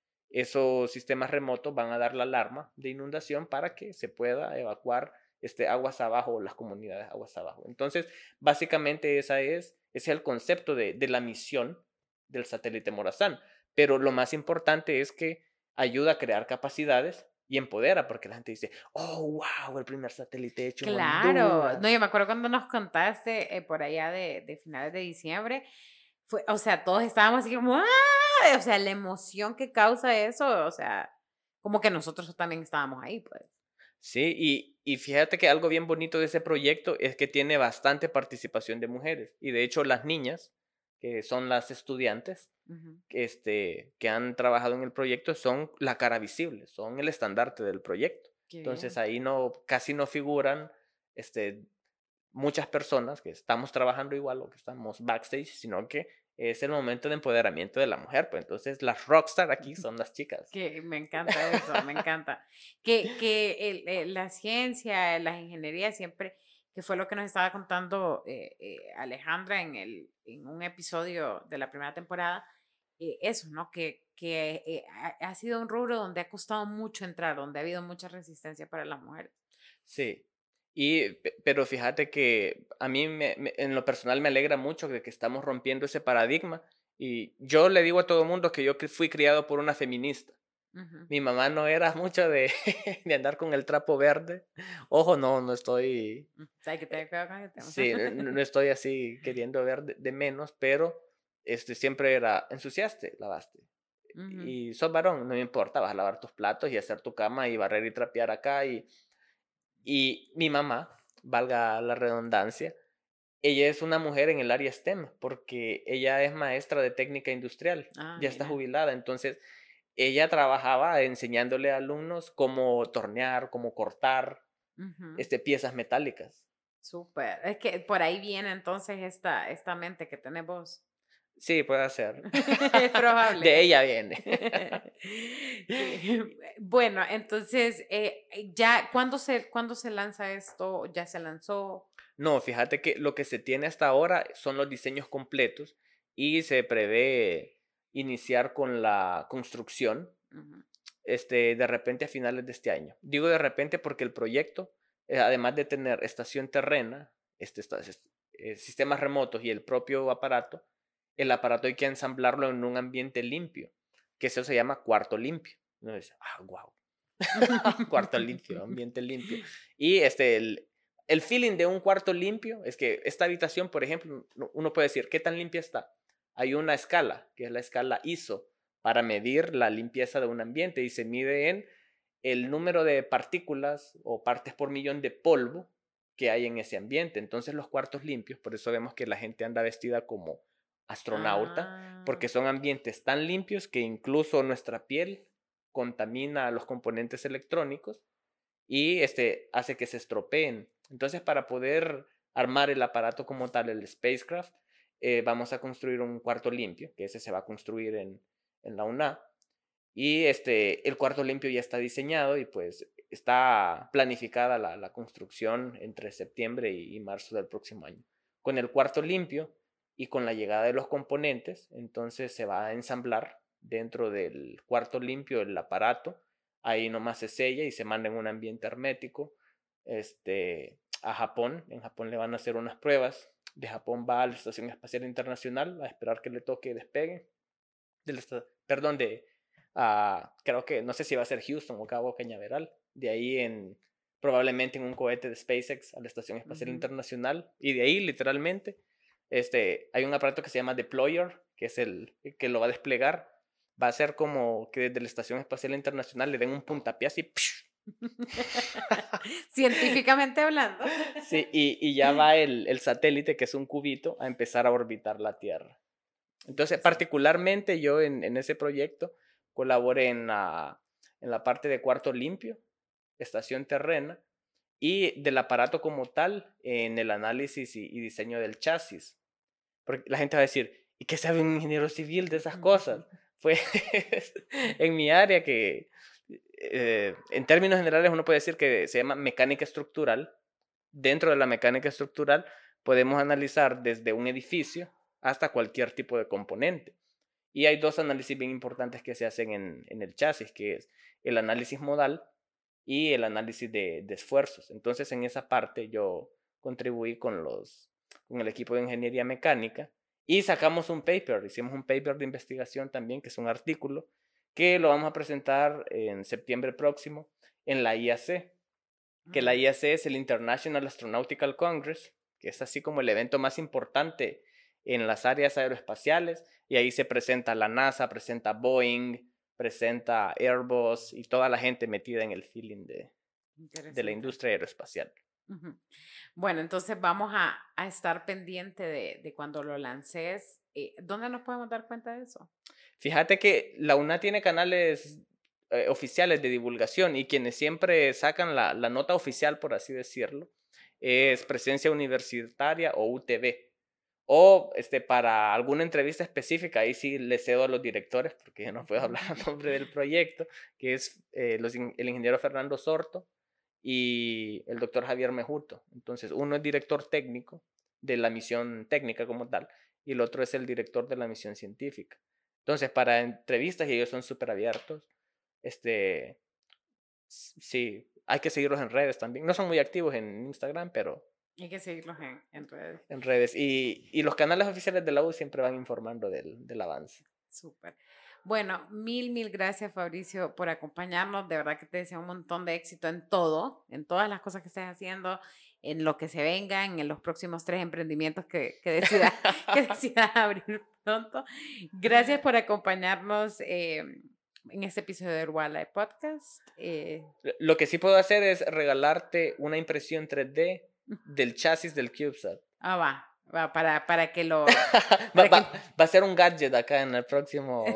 esos sistemas remotos van a dar la alarma de inundación para que se pueda evacuar este, aguas abajo o las comunidades aguas abajo. Entonces, básicamente esa es, ese es el concepto de, de la misión del satélite Morazán. Pero lo más importante es que ayuda a crear capacidades y empodera, porque la gente dice, oh, wow, el primer satélite hecho en Claro, no, Honduras. yo me acuerdo cuando nos contaste eh, por allá de, de finales de diciembre, fue, o sea, todos estábamos así como, ¡ah! O sea, la emoción que causa eso, o sea, como que nosotros también estábamos ahí, pues. Sí, y, y fíjate que algo bien bonito de ese proyecto es que tiene bastante participación de mujeres. Y de hecho las niñas, que son las estudiantes, Ujú. este, que han trabajado en el proyecto, son la cara visible, son el estandarte del proyecto. Qué Entonces bien. ahí no, casi no figuran este, muchas personas que estamos trabajando igual o que estamos backstage, sino que es el momento de empoderamiento de la mujer. Pues entonces las rockstar aquí son las chicas. Que me encanta eso, me encanta. Que, que el- el- la ciencia, las ingenierías siempre, que fue lo que nos estaba contando eh, eh, Alejandra en, el, en un episodio de la primera temporada, eh, eso, ¿no? Que, que eh, ha, ha sido un rubro donde ha costado mucho entrar, donde ha habido mucha resistencia para las mujeres. Sí, y, pe- pero fíjate que a mí me- me- en lo personal me alegra mucho de que estamos rompiendo ese paradigma y yo le digo a todo el mundo que yo cri- fui criado por una feminista. Ujú. Mi mamá no era mucho de, de andar con el trapo verde. Ojo, no, no estoy, Mm, hay que tener cuidado con ese tema. sí, no, no estoy así queriendo ver de, de menos, pero este, siempre era ensuciaste, lavaste. Ujú. Y sos varón, no me importa, vas a lavar tus platos y hacer tu cama y barrer y trapear acá y y mi mamá, valga la redundancia, ella es una mujer en el área STEM, porque ella es maestra de técnica industrial, Ah, ya está mira. jubilada, entonces ella trabajaba enseñándole a alumnos cómo tornear, cómo cortar Ujú. este, piezas metálicas. Súper. Es que por ahí viene entonces esta, esta mente que tenés vos. Sí, puede ser. Es De probable. ella viene. Que- Bueno, entonces, eh, ya, ¿cuándo se, cuándo se lanza esto? ¿Ya se lanzó? No, fíjate que lo que se tiene hasta ahora son los diseños completos y se prevé iniciar con la construcción Ujú. este, de repente a finales de este año. Digo de repente porque el proyecto, eh, además de tener estación terrena, este, esta- es- eh, sistemas remotos y el propio aparato, el aparato hay que ensamblarlo en un ambiente limpio, que eso se llama cuarto limpio. Uno dice, ah, wow, cuarto limpio, ambiente limpio. Y este, el, el feeling de un cuarto limpio es que esta habitación, por ejemplo, uno puede decir, ¿qué tan limpia está? Hay una escala, que es la escala I S O, para medir la limpieza de un ambiente y se mide en el número de partículas o partes por millón de polvo que hay en ese ambiente. Entonces los cuartos limpios, por eso vemos que la gente anda vestida como astronauta, Ah, porque son ambientes tan limpios que incluso nuestra piel contamina los componentes electrónicos y este hace que se estropeen. Entonces, para poder armar el aparato como tal, el spacecraft, eh, vamos a construir un cuarto limpio, que ese se va a construir en, en la U N A. Y este, el cuarto limpio ya está diseñado y pues está planificada la, la construcción entre septiembre y, y marzo del próximo año. Con el cuarto limpio y con la llegada de los componentes, entonces se va a ensamblar dentro del cuarto limpio el aparato. Ahí nomás se sella y se manda en un ambiente hermético este, a Japón. En Japón le van a hacer unas pruebas. De Japón va a la Estación Espacial Internacional a esperar que le toque despegue. Del, perdón, de... Uh, creo que, no sé si va a ser Houston o Cabo Cañaveral. De ahí en... probablemente en un cohete de SpaceX a la Estación Espacial uh-huh. Internacional. Y de ahí, literalmente, este, hay un aparato que se llama Deployer, que es el que lo va a desplegar. Va a ser como que desde la Estación Espacial Internacional le den un puntapié así. Científicamente hablando. Sí, y, y ya va el, el satélite, que es un cubito, a empezar a orbitar la Tierra. Entonces, particularmente yo en, en ese proyecto colaboré en la, en la parte de cuarto limpio, estación terrena, y del aparato como tal en el análisis y, y diseño del chasis. Porque la gente va a decir, ¿y qué sabe un ingeniero civil de esas cosas? Pues en mi área que, eh, en términos generales, uno puede decir que se llama mecánica estructural. Dentro de la mecánica estructural podemos analizar desde un edificio hasta cualquier tipo de componente. Y hay dos análisis bien importantes que se hacen en, en el chasis, que es el análisis modal y el análisis de, de esfuerzos. Entonces, en esa parte yo contribuí con, los, con el equipo de ingeniería mecánica y sacamos un paper, hicimos un paper de investigación también, que es un artículo, que lo vamos a presentar en septiembre próximo en la I A C, que la I A C es el International Astronautical Congress, que es así como el evento más importante en las áreas aeroespaciales, y ahí se presenta la NASA, presenta Boeing, presenta Airbus y toda la gente metida en el feeling de, de la industria aeroespacial. Uh-huh. Bueno, entonces vamos a, a estar pendiente de, de cuando lo lances. Eh, ¿Dónde nos podemos dar cuenta de eso? Fíjate que la U N A tiene canales eh, oficiales de divulgación y quienes siempre sacan la, la nota oficial, por así decirlo, es Presencia Universitaria o U T V. O este, para alguna entrevista específica, ahí sí le cedo a los directores, porque yo no puedo hablar a nombre del proyecto, que es eh, los, el ingeniero Fernando Sorto y el doctor Javier Mejuto. Entonces, uno es director técnico de la misión técnica como tal, y el otro es el director de la misión científica. Entonces, para entrevistas, y ellos son súper abiertos, este, sí, hay que seguirlos en redes también. No son muy activos en Instagram, pero... Hay que seguirlos en, en redes. En redes. Y, y los canales oficiales de la U siempre van informando del, del avance. Súper. Bueno, mil, mil gracias, Fabricio, por acompañarnos. De verdad que te deseo un montón de éxito en todo, en todas las cosas que estés haciendo, en lo que se vengan, en los próximos tres emprendimientos que, que decidas que decidas abrir pronto. Gracias por acompañarnos eh, en este episodio de Urbana Podcast. Eh, lo que sí puedo hacer es regalarte una impresión tres D del chasis del CubeSat. Ah, va, va, para, para que lo... Para va, que... va, va a ser un gadget acá en el próximo...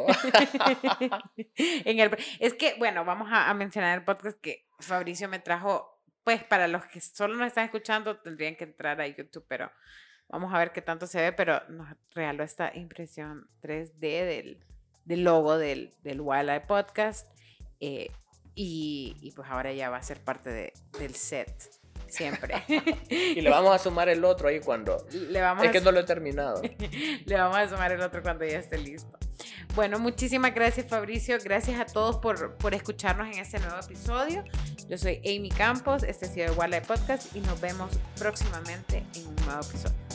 en el, es que, bueno, vamos a, a mencionar el podcast que Fabricio me trajo, pues para los que solo nos están escuchando tendrían que entrar a YouTube, pero vamos a ver qué tanto se ve, pero nos regaló esta impresión tres D del, del logo del, del Wildlife Podcast eh, y, y pues ahora ya va a ser parte de, del set. Siempre. Y le vamos a sumar el otro ahí cuando... Le vamos es a... que no lo he terminado. Le vamos a sumar el otro cuando ya esté listo. Bueno, muchísimas gracias, Fabricio. Gracias a todos por, por escucharnos en este nuevo episodio. Yo soy Amy Campos, este ha sido el Wildlife Podcast y nos vemos próximamente en un nuevo episodio.